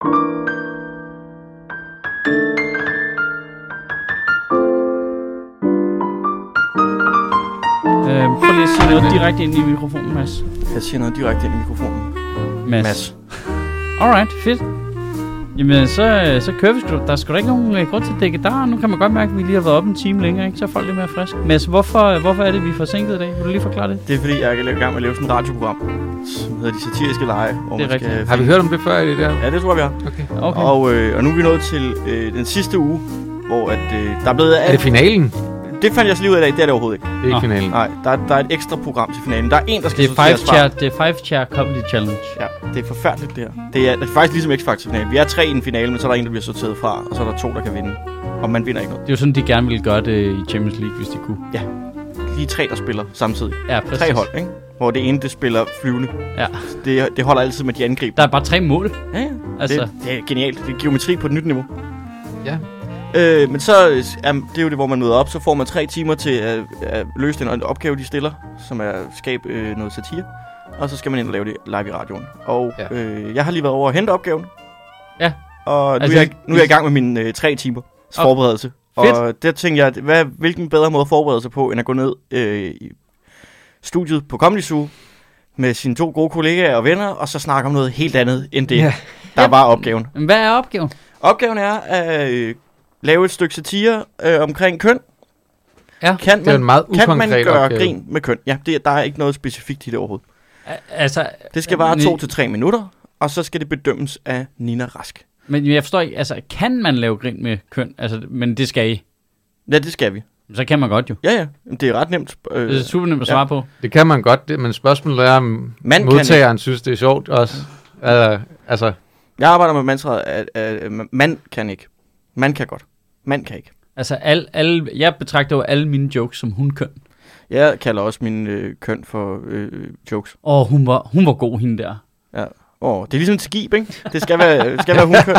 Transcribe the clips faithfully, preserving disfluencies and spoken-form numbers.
Øh, prøv lige at sige noget direkte ind i mikrofonen, Mads. Jeg siger noget direkte ind i mikrofonen. Mads. Mads. Alright, fedt. Jamen, så, så kører vi sgu. Der er sgu da ikke nogen uh, grund til at dække der. Nu kan man godt mærke, at vi lige har været op en time længere, ikke? Så er folk lidt mere friske. Mads, hvorfor, hvorfor er det, vi er forsinket i dag? Vil du lige forklare det? Det er fordi, jeg er i gang med at lave sådan et radioprogram, som hedder De Satiriske Lege. Hvor det er man skal rigtigt. Har vi hørt om det før i det der? Ja, det tror jeg, vi har. Okay. Okay. Og, øh, og nu er vi nået til øh, den sidste uge, hvor at, øh, der er blevet... Er det finalen? Det fandt jeg så lige ud af i dag, det er det overhovedet ikke. Det er ikke Nå. finalen. Nej, der, der er et ekstra program til finalen. Der er en, der skal Det er five sorteres fra. chair, det er five chair comedy challenge. Ja, det er forfærdeligt det her. Det er, det er faktisk ligesom X-Factor-finalen. Vi er tre i en finale, men så er der en, der bliver sorteret fra, og så er der to, der kan vinde. Og man vinder ikke noget. Det er jo sådan, de gerne ville gøre det i Champions League, hvis de kunne. Ja, lige tre, der spiller samtidig. Ja, præcis. Tre hold, ikke? Hvor det ene, det spiller flyvende. Ja. Det, det holder altid med de angreb. Der er bare tre mål. Ja, ja. Altså. Det, det er genialt. Det er geometri på et nyt niveau. Ja. Øh, men så er det er jo det, hvor man møder op. Så får man tre timer til at, at løse den opgave, de stiller, som er at skabe øh, noget satire. Og så skal man ind og lave det live i radioen. Og Ja. øh, jeg har lige været over at hente opgaven. Ja. Og nu, Altså, er, jeg, nu er jeg i gang med mine øh, tre timers Oh, forberedelse. fedt. Og der tænker jeg, hvad, hvilken bedre måde at forberede sig på, end at gå ned øh, i studiet på Comedy Zoo med sine to gode kollegaer og venner, og så snakke om noget helt andet, end det, Ja. der Ja. var opgaven. Men hvad er opgaven? Opgaven er at øh, lave et stykke satire øh, omkring køn. Ja. Kan Det er man, en meget kan man ukonkret gøre opgave. grin med køn? Ja, det, der er ikke noget specifikt i det overhovedet. Al- Altså, Det skal vare men- to til tre minutter, og så skal det bedømmes af Nina Rask. Men jeg forstår ikke, altså, kan man lave grin med køn? Altså, men det skal I. Ja, det skal vi. Så kan man godt jo. Ja, ja. Det er ret nemt. Øh, Det er super nemt at svare ja. på. Det kan man godt, det, men spørgsmålet er, om Man kan modtageren synes, det er sjovt også. Uh, altså, Jeg arbejder med mantraet, at, at, at man kan ikke. Man kan godt. Man kan ikke. Altså, al, al, jeg betragter jo alle mine jokes som hunkøn. Jeg kalder også min øh, køn for øh, jokes. Og hun var, hun var god, hende der. Ja. Åh, det er ligesom et skib, ikke? Det skal være, det skal være hunkøn.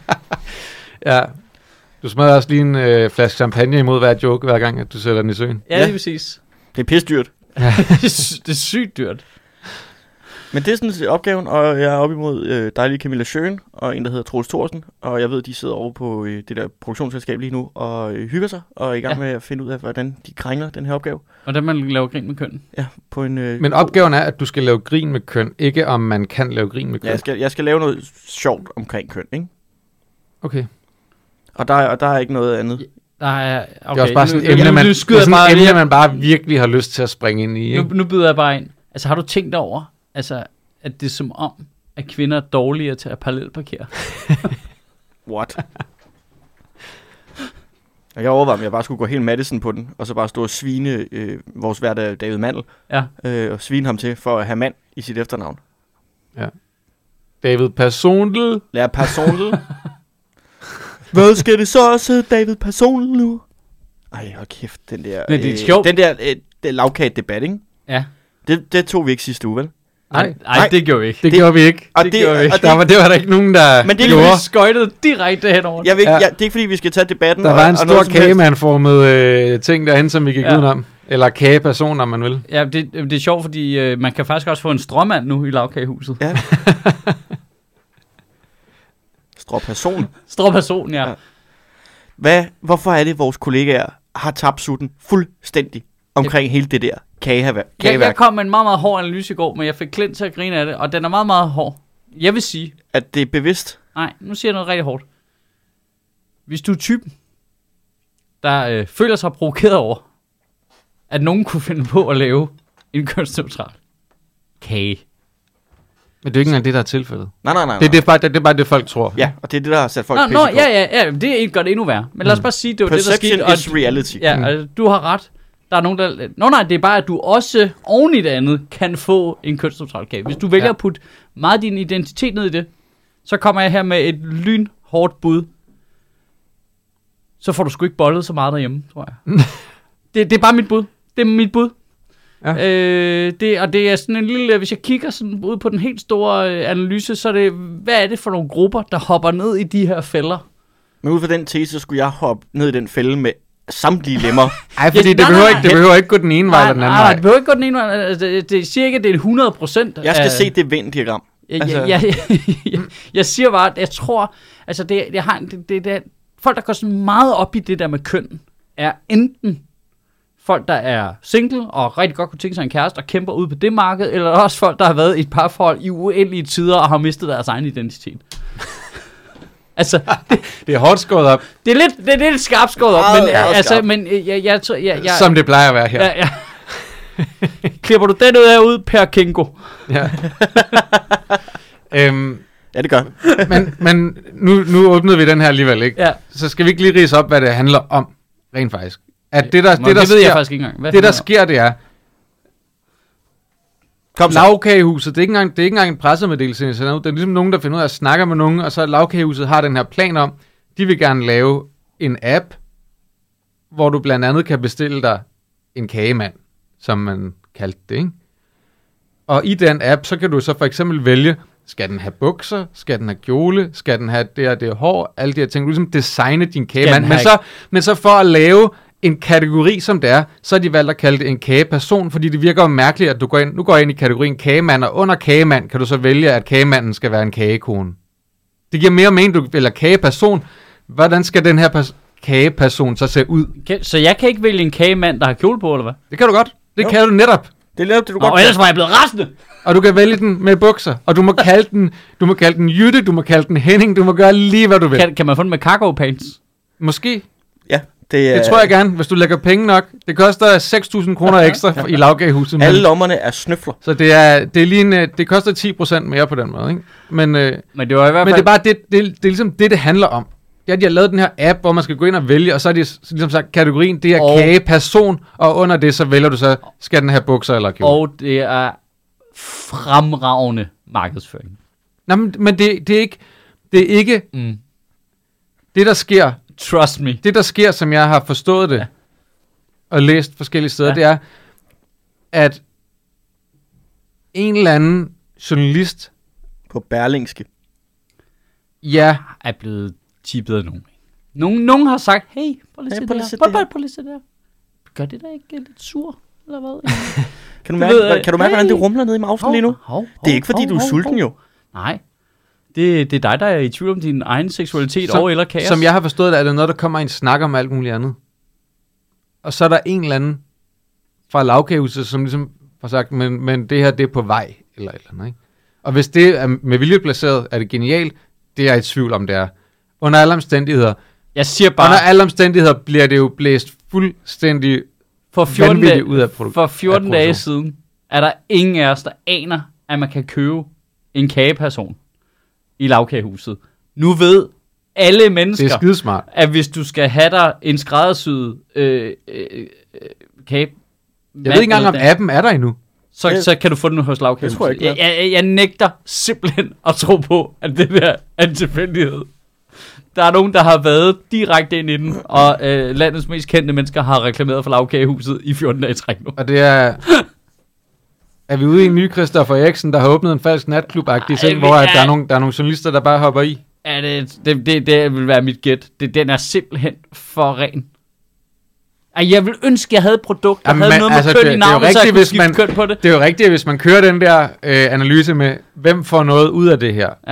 ja. Du smadrer også lige en øh, flaske champagne imod hver joke, hver gang, at du sætter den i søen. Ja, Ja. det er præcis. Det er pisdyrt. det, er, sy- det er sygt dyrt. Men det er sådan set opgaven, og jeg er op imod øh, dejlige Camilla Schøen og en, der hedder Troels Thorsen. Og jeg ved, de sidder over på øh, det der produktionsselskab lige nu og øh, hygger sig. Og er i gang Ja. med at finde ud af, hvordan de krænger den her opgave. Og der man laver grin med køn. Ja, på en... Øh, Men opgaven er, at du skal lave grin med køn, ikke om man kan lave grin med køn. Ja, jeg skal, jeg skal lave noget sjovt omkring køn, ikke? Okay. Og der, er- og der er ikke noget andet. Der er, okay, Det er også bare sådan nu, et emne, nu, man, nu, det skyder er sådan jeg bare, et emne, jeg, man bare virkelig har lyst til at springe ind i. Ikke? nu, nu byder jeg bare ind. Altså, har du tænkt over, altså, at det er som om, at kvinder er dårligere til at parallelparkere? What? Og jeg overvejede, om jeg bare skulle gå helt Madison på den, og så bare stå og svine øh, vores værte David Mandel, Ja. øh, og svine ham til for at have mand i sit efternavn. David Persondel. Lær personligt. Hvad skal det så også, David personligt nu? Ej, hold kæft, den der... Men det er sjovt. Den der øh, det lavkage debat, ikke? Ja. Det, det tog vi ikke sidste uge, vel? Nej, Nej, det gjorde vi ikke. det, Det- gjorde vi ikke. Og Det det, gjorde vi og ikke. det, Der var, det var der ikke nogen, der Men det er gjorde. Vi skøjtede direkte henover. jeg vil, ikke- Ja. ja, det er ikke fordi, vi skal tage debatten. Der og, var en og stor noget som helst. kagemanformet øh, ting derhen, som vi gik Ja. ja. udenom. Eller kageperson, om man vil. Ja, det, det er sjovt, fordi øh, man kan faktisk også få en stråmand nu i lavkagehuset. Ja. Stråperson. Stråperson, ja. Ja. Hvad, hvorfor er det, vores kollegaer har tabt sutten fuldstændig omkring hele det der kageværk? Jeg, jeg kom med en meget, meget hård analyse i går, men jeg fik Klint til at grine af det, og den er meget, meget hård. Jeg vil sige, At det er bevidst. nej, nu siger jeg noget rigtig hårdt. Hvis du er typen, der øh, føler sig provokeret over, at nogen kunne finde på at lave en kønsneutral kage. Men det er jo ikke engang det, der er tilfældet. Nej, nej, nej. nej. Det, det, er bare, det, det er bare det, folk tror. Ja, og det er det, der har sat folk Nå, pisse nå, på. ja, ja, ja, det gør det endnu værre. Men lad os bare sige, det var det, der Perception skete. og- is reality. Ja, Mm. altså, du har ret. Der er nogen, der... Nå nej, det er bare, at du også oven i det andet kan få en kønsneutral kage. Hvis du vælger Ja. at putte meget af din identitet ned i det, så kommer jeg her med et lynhårdt bud. Så får du sgu ikke bollet så meget derhjemme, tror jeg. det, det er bare mit bud. Det er mit bud. Ja. Øh, det, og det er sådan en lille... Hvis jeg kigger sådan ud på den helt store øh, analyse, så er det... Hvad er det for nogle grupper, der hopper ned i de her fælder? Men ud fra den tese, så skulle jeg hoppe ned i den fælde med samtlige lemmer. Ej, fordi Ja, det, nej, behøver nej, ikke, det nej. behøver ikke gå den ene vej eller den anden nej, vej. det behøver ikke gå den ene vej. Altså, det, det siger ikke, at det er hundrede procent. Jeg skal se det Venn-diagram. Jeg, Altså- jeg, jeg, jeg, jeg siger bare, at jeg tror, altså det, det har, det, det, det, folk, der går sådan meget op i det der med køn, er enten folk, der er single og rigtig godt kunne tænke sig en kæreste og kæmper ud på det marked, eller også folk, der har været i et parforhold i uendelige tider og har mistet deres egen identitet. Altså, det, Det er hårdt skåret op, det er lidt, det er lidt skarpt skåret op, Meget, men meget altså, skarpt. men jeg, jeg, jeg, jeg, jeg, jeg som det plejer at være her. ja, ja. Klipper du den ud af ud, Per Kingo? Ja. øhm, Ja, det gør. men men nu, nu åbnede vi den her alligevel, ikke? Ja. Så skal vi ikke lige rise op, hvad det handler om, rent faktisk. At det, der, Nå, det, der det ved jeg sker, faktisk ikke engang. Hvad det, der handler sker, det er, Kom så. Lavkagehuset, det er ikke engang, det er ikke engang en pressemeddelelse, det er ligesom nogen, der finder ud af at snakke med nogen, og så Lavkagehuset har den her plan om, de vil gerne lave en app, hvor du blandt andet kan bestille dig en kagemand, som man kaldte det, ikke? Og i den app, så kan du så for eksempel vælge, skal den have bukser, skal den have kjole, skal den have det og det hår, alle de her ting. Du ligesom designe din kagemand. den Men have- så, men så for at lave en kategori, som det er, så har de valgt at kalde det en kageperson, fordi det virker jo mærkeligt, at du går ind, nu går jeg ind i kategorien kagemand, og under kagemand kan du så vælge, at kagemanden skal være en kagekone. Det giver mere mening, du vælger kageperson. Hvordan skal den her pers- kageperson så se ud? Okay, så jeg kan ikke vælge en kagemand, der har kjole på, eller hvad? Det kan du godt. Det Jo. kan du netop. Det er netop det, du Og godt ellers var jeg blevet rasende. Og du kan vælge den med bukser. Og du må kalde den, du må kalde den Jytte, du må kalde den Henning, du må gøre lige, hvad du vil. Kan, kan man få den med cargo pants? Måske. Ja, det, Det tror jeg gerne, hvis du lægger penge nok. Det koster seks tusind kroner ekstra i lavkagehuset. Alle lommerne er snøfler. Så det er, det er lige en, øh, det koster ti procent mere på den måde, ikke? Men, øh, Men det var i hvert men fald... det er bare det, det, det er ligesom det, det handler om. Det er, at de har lavet den her app, hvor man skal gå ind og vælge, og så er det s- ligesom sagt kategorien, det er Og- kageperson, og under det, så vælger du så, skal den have bukser eller kjole. Og det er fremragende markedsføring. Nå, men, men det, det er ikke, det er ikke Mm. det, der sker. Trust me. Det, der sker, som jeg har forstået det, Ja. og læst forskellige steder, Ja. det er, at en eller anden journalist, På Berlingske. ja, Er blevet tippet af nogen. Nogen, nogen har sagt, hey, prøv lige Hey, at se prøv det lige her. at se Prøv, det prøv, her. prøv lige at se det her. Gør det da ikke lidt sur, eller hvad? Kan du Du mærke, ved, kan du mærke hey. hvordan det rumler nede i mausen lige nu? Hov, Det er ikke, fordi hov, du er hov, sulten hov. jo. Nej. Det, det er dig, der er i tvivl om din egen seksualitet Som- og eller kaos. som jeg har forstået det, er det noget, der kommer i en snak om alt muligt andet. Og så er der en eller anden fra lavkagehuset, som ligesom har sagt, men, men det her, det er på vej, eller eller andet, ikke? Og hvis det er med vilje placeret, er det genialt. Det er jeg i tvivl om, det er. Under alle omstændigheder. Jeg siger Bare... bare, Under alle omstændigheder bliver det jo blæst fuldstændig for fjorten, vanvittigt dage, ud af produ- for fjorten af dage produktion. siden, er der ingen af os, der aner, at man kan købe en kageperson i lavkagehuset. Nu ved alle Det mennesker, er skidesmart. at hvis du skal have dig en skræddersyet øh, øh, øh, kage, Jeg ved ikke engang, om appen er der endnu. så, Det- så kan du få den hos lavkagehuset. det tror jeg ikke, jeg, jeg, jeg nægter simpelthen at tro på, at det der er en tilfældighed. Der er nogen, der har været direkte ind i den, og øh, landets mest kendte mennesker har reklameret for lavkagehuset i fjorten dage i træk nu. Og det er... Er vi ude i en ny Christoffer Eriksen, der har åbnet en falsk natklub-agtig Ej, ting, vi hvor at er- der, er nogle, der er nogle journalister, der bare hopper i? Ja, det, det, det, det vil være mit gæt. Det, den er simpelthen for ren. Ej, jeg vil ønske, jeg havde et produkt, der Jamen, havde man- noget med altså, køn det- i det er jo navnet, så jeg rigtigt, kunne hvis skifte man- køn på det. Det er jo rigtigt, at hvis man kører den der øh, analyse med, hvem får noget ud af det her, Ja.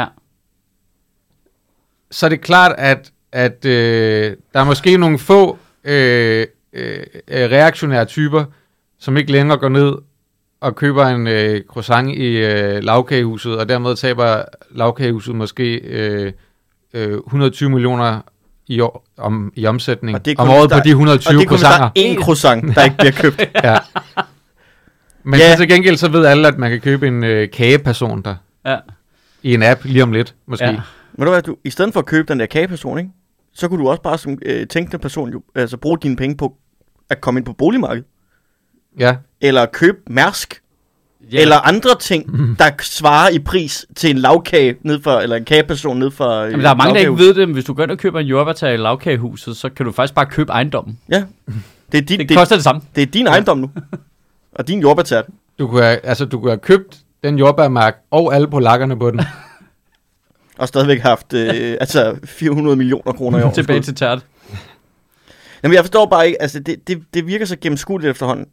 så er det klart, at, at øh, der er måske nogle få øh, øh, reaktionære typer, som ikke længere går ned og køber en øh, croissant i øh, lavkagehuset, og dermed taber lavkagehuset måske øh, øh, et hundrede og tyve millioner i, år, om, i omsætning Og det er om kun, året hvis der- på de et hundrede og Og tyve det er kun, hvis der er croissanter. én croissant, der ikke bliver købt. Ja. Men Ja. så til gengæld så ved alle, at man kan købe en øh, kageperson der Ja. i en app lige om lidt, måske. Ja. Ja. Men du hvad, du, i stedet for at købe den der kageperson, ikke, så kunne du også bare som øh, tænkende person jo, altså bruge dine penge på at komme ind på boligmarkedet. ja. Eller købe Mærsk. Ja. Eller andre ting, der svarer i pris til en lavkage ned for, eller en kageperson ned for øh, Jamen, der er mange, der ikke lavkagehuset. ved det, men hvis du går ind og køber en jordbær i lavkagehuset, så kan du faktisk bare købe ejendommen. Ja, det er din, Det det, koster det samme. det er din ejendom nu. Og din jordbærtært. Du kunne have, altså, du kunne have købt den jordbærmark og alle polakkerne på den. Og stadigvæk haft øh, altså fire hundrede millioner kroner i år. Tilbage til tært. Jamen jeg forstår bare ikke, altså det, det, det virker så gennemskueligt efterhånden.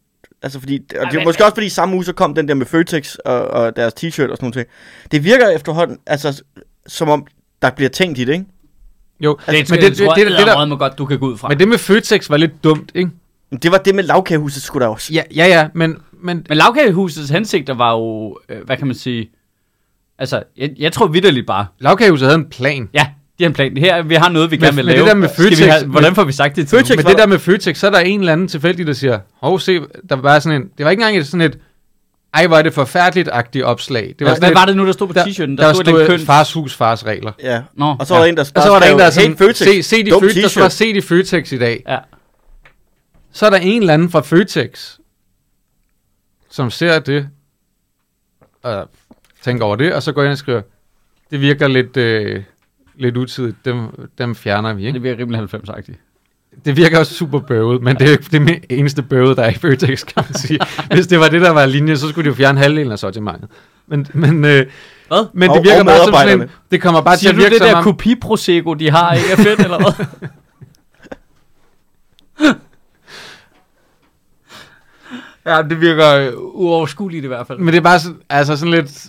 Altså, fordi, og det er men- måske også fordi i samme uge, så kom den der med Føtex og, og deres t-shirt og sådan noget ting. Det virker efterhånden, altså, som om der bliver tænkt i det, ikke? Jo, Det, men men det, det, det, tror det, jeg, det, det, der, det godt, du kan gå ud fra. men det med Føtex var lidt dumt, ikke? Men det var det med lavkagehuset, skulle der også. Ja, ja, ja, men, men Men lavkagehusets hensigter var jo, øh, hvad kan man sige, altså, jeg, jeg tror vitterligt bare, Lavkagehuset havde en plan. ja, de har en plan. Her, vi har noget, vi Men- gerne vil men det lave. der med Skal vi Føtex- have, hvordan får vi sagt det til Føtex- nogen? Men var det der- der med Føtex, så er der en eller anden tilfældig, der siger, hov, se, der var sådan en, det var ikke engang et, sådan et, ej, hvor er det forfærdeligt-agtigt opslag. Det var Hvad, sådan hvad et, var det nu, der stod på der, t-shirten? der, der stod, den stod køn. fars hus, fars regler. Ja. Nå, Og så var der en, der, Og så var der en, der skrev, sådan, hey, Føtex, se, se de dum Føtex, der t-shirt. står, se de Føtex i dag. Ja. Så er der en eller anden fra Føtex, som ser det, og tænker over det, og så går jeg ind og skriver, det virker lidt, øh, lidt utidigt, dem, dem fjerner vi, ikke? Det bliver rimelig halvfems-agtigt. Det virker også super bøvet, men det er jo ikke det eneste bøvet, der er i Føtex, kan man sige. Hvis det var det, der var linjen, så skulle de jo fjerne halvdelen af sortimentet. Men, men, øh, Hvad? men Og- det virker og bare som sådan medarbejderne. en, det kommer bare til Siger at du virke det der som om, kopiproseko, de har, ikke er fedt, eller hvad? Ja, det virker øh, uoverskueligt i hvert fald. men det er bare sådan, altså sådan lidt,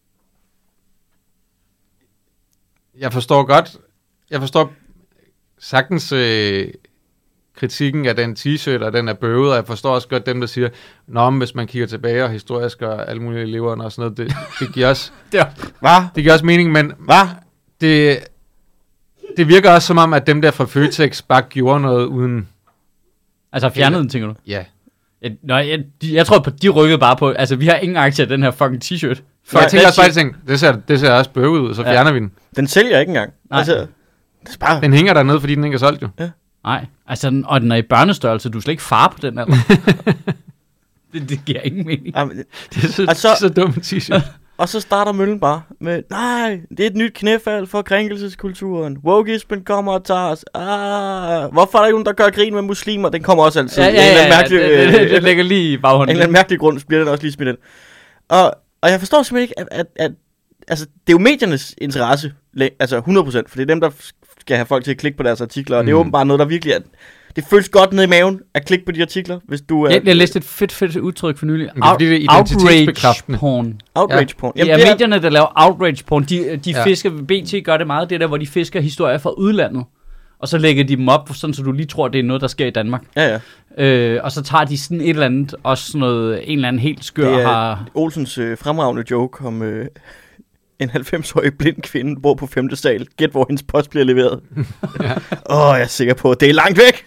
jeg forstår godt, jeg forstår sagtens øh, kritikken af den t-shirt, og den er bøvet, og jeg forstår også godt dem, der siger, nå, men hvis man kigger tilbage og historisk og alle mulige eleverne og sådan noget, det, det giver også, Ja. Hvad? det giver også mening, men Hvad? det, det virker også som om, at dem der fra Føtex bare gjorde noget uden, Altså fjernet den, tænker du? ja. Ja, nej, jeg, de, jeg tror, på, de rykkede bare på, altså vi har ingen aktie af den her fucking t-shirt. For jeg tænker that's også bare, it. at tænke, det ser, det ser også bøvet ud, så Ja. fjerner vi den. Den sælger ikke engang. Nej. Altså, det er bare... Den hænger dernede, fordi den ikke er solgt jo. Nej, altså, den- og den er i børnestørrelse, du er slet ikke far på den alder. det, det giver ingen mening. Ja, men- Det er så, Altså- så dum en t-shirt. Og så starter møllen bare med, nej, det er et nyt knæfald for krænkelseskulturen. Wokeismen kommer og tager os. Ah, hvorfor er der ikke nogen, der gør grin med muslimer? Den kommer også altid. Ja, En ja, eller ja, anden ja mærkelig, det, det, øh, det ligger lige i en baghånden. eller anden mærkelig grund, så bliver den også lige smidt ind. Og, og jeg forstår simpelthen ikke, at, at, at altså, det er jo mediernes interesse, læ- altså hundrede procent, for det er dem, der skal have folk til at klikke på deres artikler, og mm. det er Mm. åbenbart noget, der virkelig er, det føles godt ned i maven at klikke på de artikler, hvis du er... Jeg, jeg læste et fedt, fedt udtryk for nylig. Men det er fordi, det er Outrage identitetsbekræftende. porn. Outrage porn. Det er medierne, der laver outrage porn. De, de Ja. fisker, B T gør det meget, det der, hvor de fisker historier fra udlandet. Og så lægger de dem op, sådan så du lige tror, det er noget, der sker i Danmark. Ja, ja. Øh, og så tager de sådan et eller andet, også sådan noget, en eller anden helt skør Det er- har... Olsens øh, fremragende joke om øh, en halvfems-årig blind kvinde bor på femte sal. Gæt, hvor hendes post bliver leveret. Åh, ja. oh, jeg er sikker på, at det er langt væk.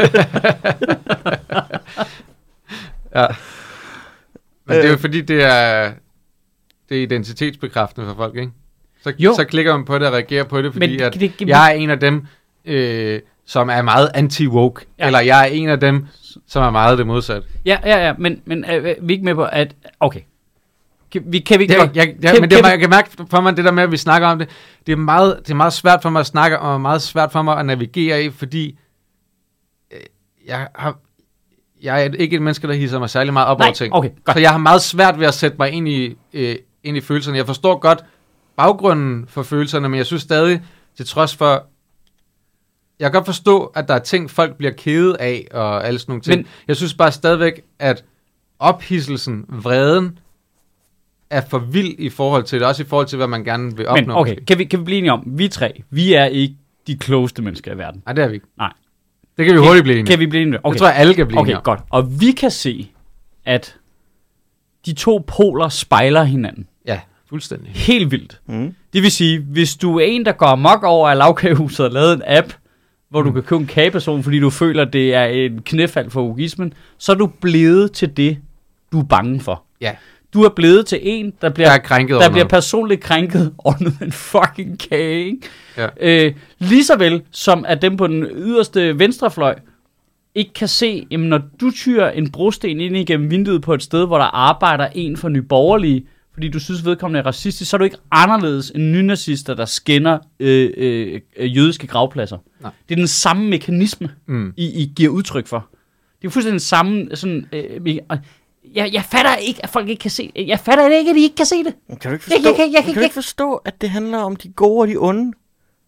Ja. Men det er jo Øh. fordi, det er, det er identitetsbekræftende for folk, ikke? Så, Jo. så klikker man på det og reagerer på det, fordi Men at det- det- jeg er en af dem, øh, som er meget anti-woke. Ja. Ja. Eller jeg er en af dem, som er meget det modsatte. Ja, ja, ja, men, men øh, vi er ikke med på, at... Okay. Kan vi, kan vi ikke... Jeg, godt- jeg, jeg, kan- men det, kan er, vi- jeg kan mærke for mig, det der med, at vi snakker om det, det er meget, det er meget svært for mig at snakke om, og meget svært for mig at navigere i, fordi øh, jeg har... Jeg er ikke et menneske, der hisser mig særlig meget op Nej, over ting. okay, godt. Så jeg har meget svært ved at sætte mig ind i, øh, ind i følelserne. Jeg forstår godt baggrunden for følelserne, men jeg synes stadig, til trods for... Jeg kan godt forstå, at der er ting, folk bliver kede af, og alle sådan nogle ting. Men- Men jeg synes bare stadigvæk, at ophidselsen, vreden, er for vild i forhold til det. Også i forhold til, hvad man gerne vil opnå. Men okay, kan vi, kan vi blive enige om, vi tre, vi er ikke de klogeste mennesker i verden. Nej, det er vi ikke. Nej. Det kan vi hurtigt blive enige. Kan vi blive enige? Okay. Okay, Det tror jeg, alle kan blive okay enige om. godt. Og vi kan se, at de to poler spejler hinanden. Ja, fuldstændig. Helt vildt. Mm. Det vil sige, hvis du er en, der går amok over, at lavkagehuset har lavet en app, hvor du kan købe en kageperson, fordi du føler, det er en knæfald for wokeismen, så er du blevet til det, du er bange for. Ja, Du er blevet til en, der bliver, jeg er krænket over der bliver noget. personligt krænket over en fucking kage, ikke? Ja. Øh, lige så vel som at dem på den yderste venstrefløj ikke kan se, jamen når du tyrer en brosten ind igennem vinduet på et sted, hvor der arbejder en for Nye Borgerlige, fordi du synes vedkommende er racistisk, så er du ikke anderledes end nynazister, der skænder øh, øh, øh, jødiske gravpladser. Nej. Det er den samme mekanisme, Mm. I, I giver udtryk for. Det er jo fuldstændig den samme sådan... Øh, me- og jeg, jeg fatter ikke, at folk ikke kan se det. Jeg fatter ikke, at de ikke kan se det. Kan du ikke Jeg- forstå, jeg kan- jeg kan- kan du jeg- ikke forstå, at det handler om de gode og de onde?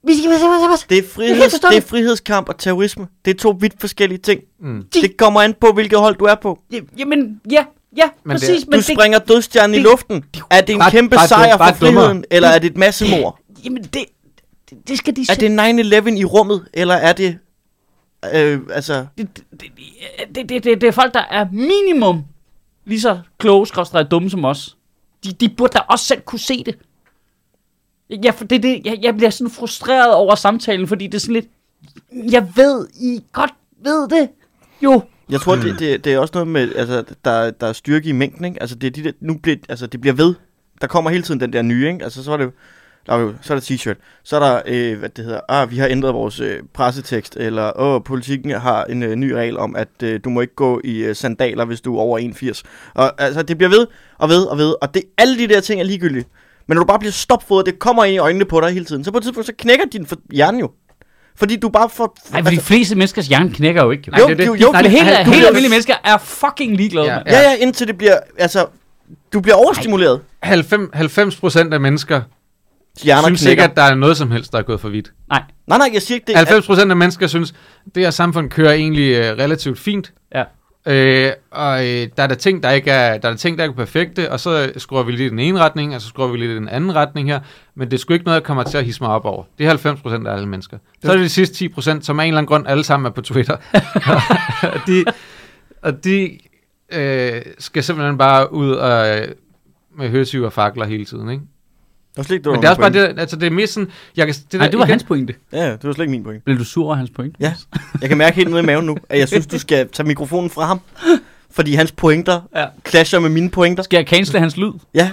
Det er, friheds, det er frihedskamp og terrorisme. Det er to vidt forskellige ting. Mm. Det kommer an på, hvilket hold du er på. Jamen, ja, ja, Men præcis. det, men Du springer dødstjernen i det- luften. Er det en bare- kæmpe bare sejr dum- bare for friheden, dummere. eller er det et massemord? Jamen, det, det, det skal de Er det nine eleven i rummet, eller er det... Øh, altså... det, det, det, det, det, det, det er folk, der er minimum lige så kloge, skråstreg dumme som os. De, de burde da også selv kunne se det. Jeg, det, det, jeg, jeg bliver sådan frustreret over samtalen, fordi det er sådan lidt... Jeg ved, I godt ved det. Jo. Jeg tror, det, det, det er også noget med, altså, der, der er styrke i mængden, ikke? Altså, det, er de der, nu bliver, altså, det bliver ved. Der kommer hele tiden den der nye, ikke? Altså, så er det jo, der er jo så er der t-shirt. Så er der, øh, hvad det hedder, ah, vi har ændret vores øh, pressetekst, eller, åh, politikken har en øh, ny regel om, at øh, du må ikke gå i øh, sandaler, hvis du er over en firs. Og altså, det bliver ved, og ved, og ved, og det, alle de der ting er ligegyldige. Men når du bare bliver stopfodret, det kommer ind i øjnene på dig hele tiden, så på et tidspunkt, så knækker din for- hjerne jo. Fordi du bare får... Nej, for de fleste menneskers hjerne knækker jo ikke. Jo. Nej, Jo, det er det. jo, jo, Nej, det hele, du hele bliver- almindelige mennesker er fucking ligeglade. Ja, mand. Ja, ja, indtil det bliver, altså, du bliver overstimuleret. halvfems procent af mennesker Hjerner synes knækker. ikke, at der er noget som helst, der er gået for vidt. Nej. Nej, nej, jeg siger ikke det. halvfems procent af mennesker synes, at det her samfund kører egentlig øh, relativt fint. Ja. Øh, og øh, der er der ting, der ikke er, der er der ting, der ikke er perfekte, og så skruer vi lidt i den ene retning, og så skruer vi lidt i den anden retning her. Men det er sgu ikke noget, der kommer til at hisse mig op over. Det er halvfems procent af alle mennesker. Så er det de sidste ti procent, som af en eller anden grund alle sammen er på Twitter. og de, og de øh, skal simpelthen bare ud og, øh, med høsyv og fakler hele tiden, ikke? Det var slet ikke, det var Men det er også bare min det, altså det er mere sådan, jeg kan, det Nej, der, det var igen- hans pointe. pointe. Ja, det var slet ikke min point. Blev du sur over hans pointe? Ja, jeg kan mærke helt nede i maven nu, at jeg synes, du skal tage mikrofonen fra ham. Fordi hans pointer Ja. clasher med mine pointer. Skal jeg cancele hans lyd? Ja,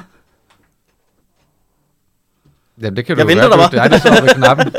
Ja, det kan du Jeg jo venter gøre, der du- det er det så ved knappen.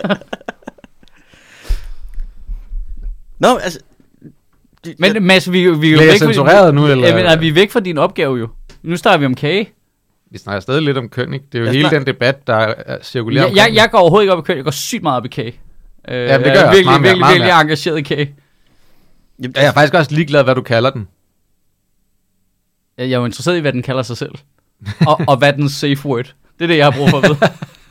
nå, altså... Det, Men jeg, Mads, vi, vi er jo Bliver væk jeg fra- censureret nu, eller? Ja, men, er vi er væk fra din opgave jo. Nu starter vi om kage. Vi snakker stadig lidt om køn, ikke? Det er jo Jeg hele snak- den debat, der er cirkulerer Jeg, jeg, jeg går overhovedet ikke op i kage. Jeg går sygt meget op i kage. Øh, det gør jeg også. virkelig, Meget mere, virkelig, meget virkelig mere. engageret i kage. jeg, Jeg er faktisk også ligeglad, hvad du kalder den. Jeg, jeg er jo interesseret i, hvad den kalder sig selv. og, og hvad den safe word. Det er det, jeg har brug for at vide.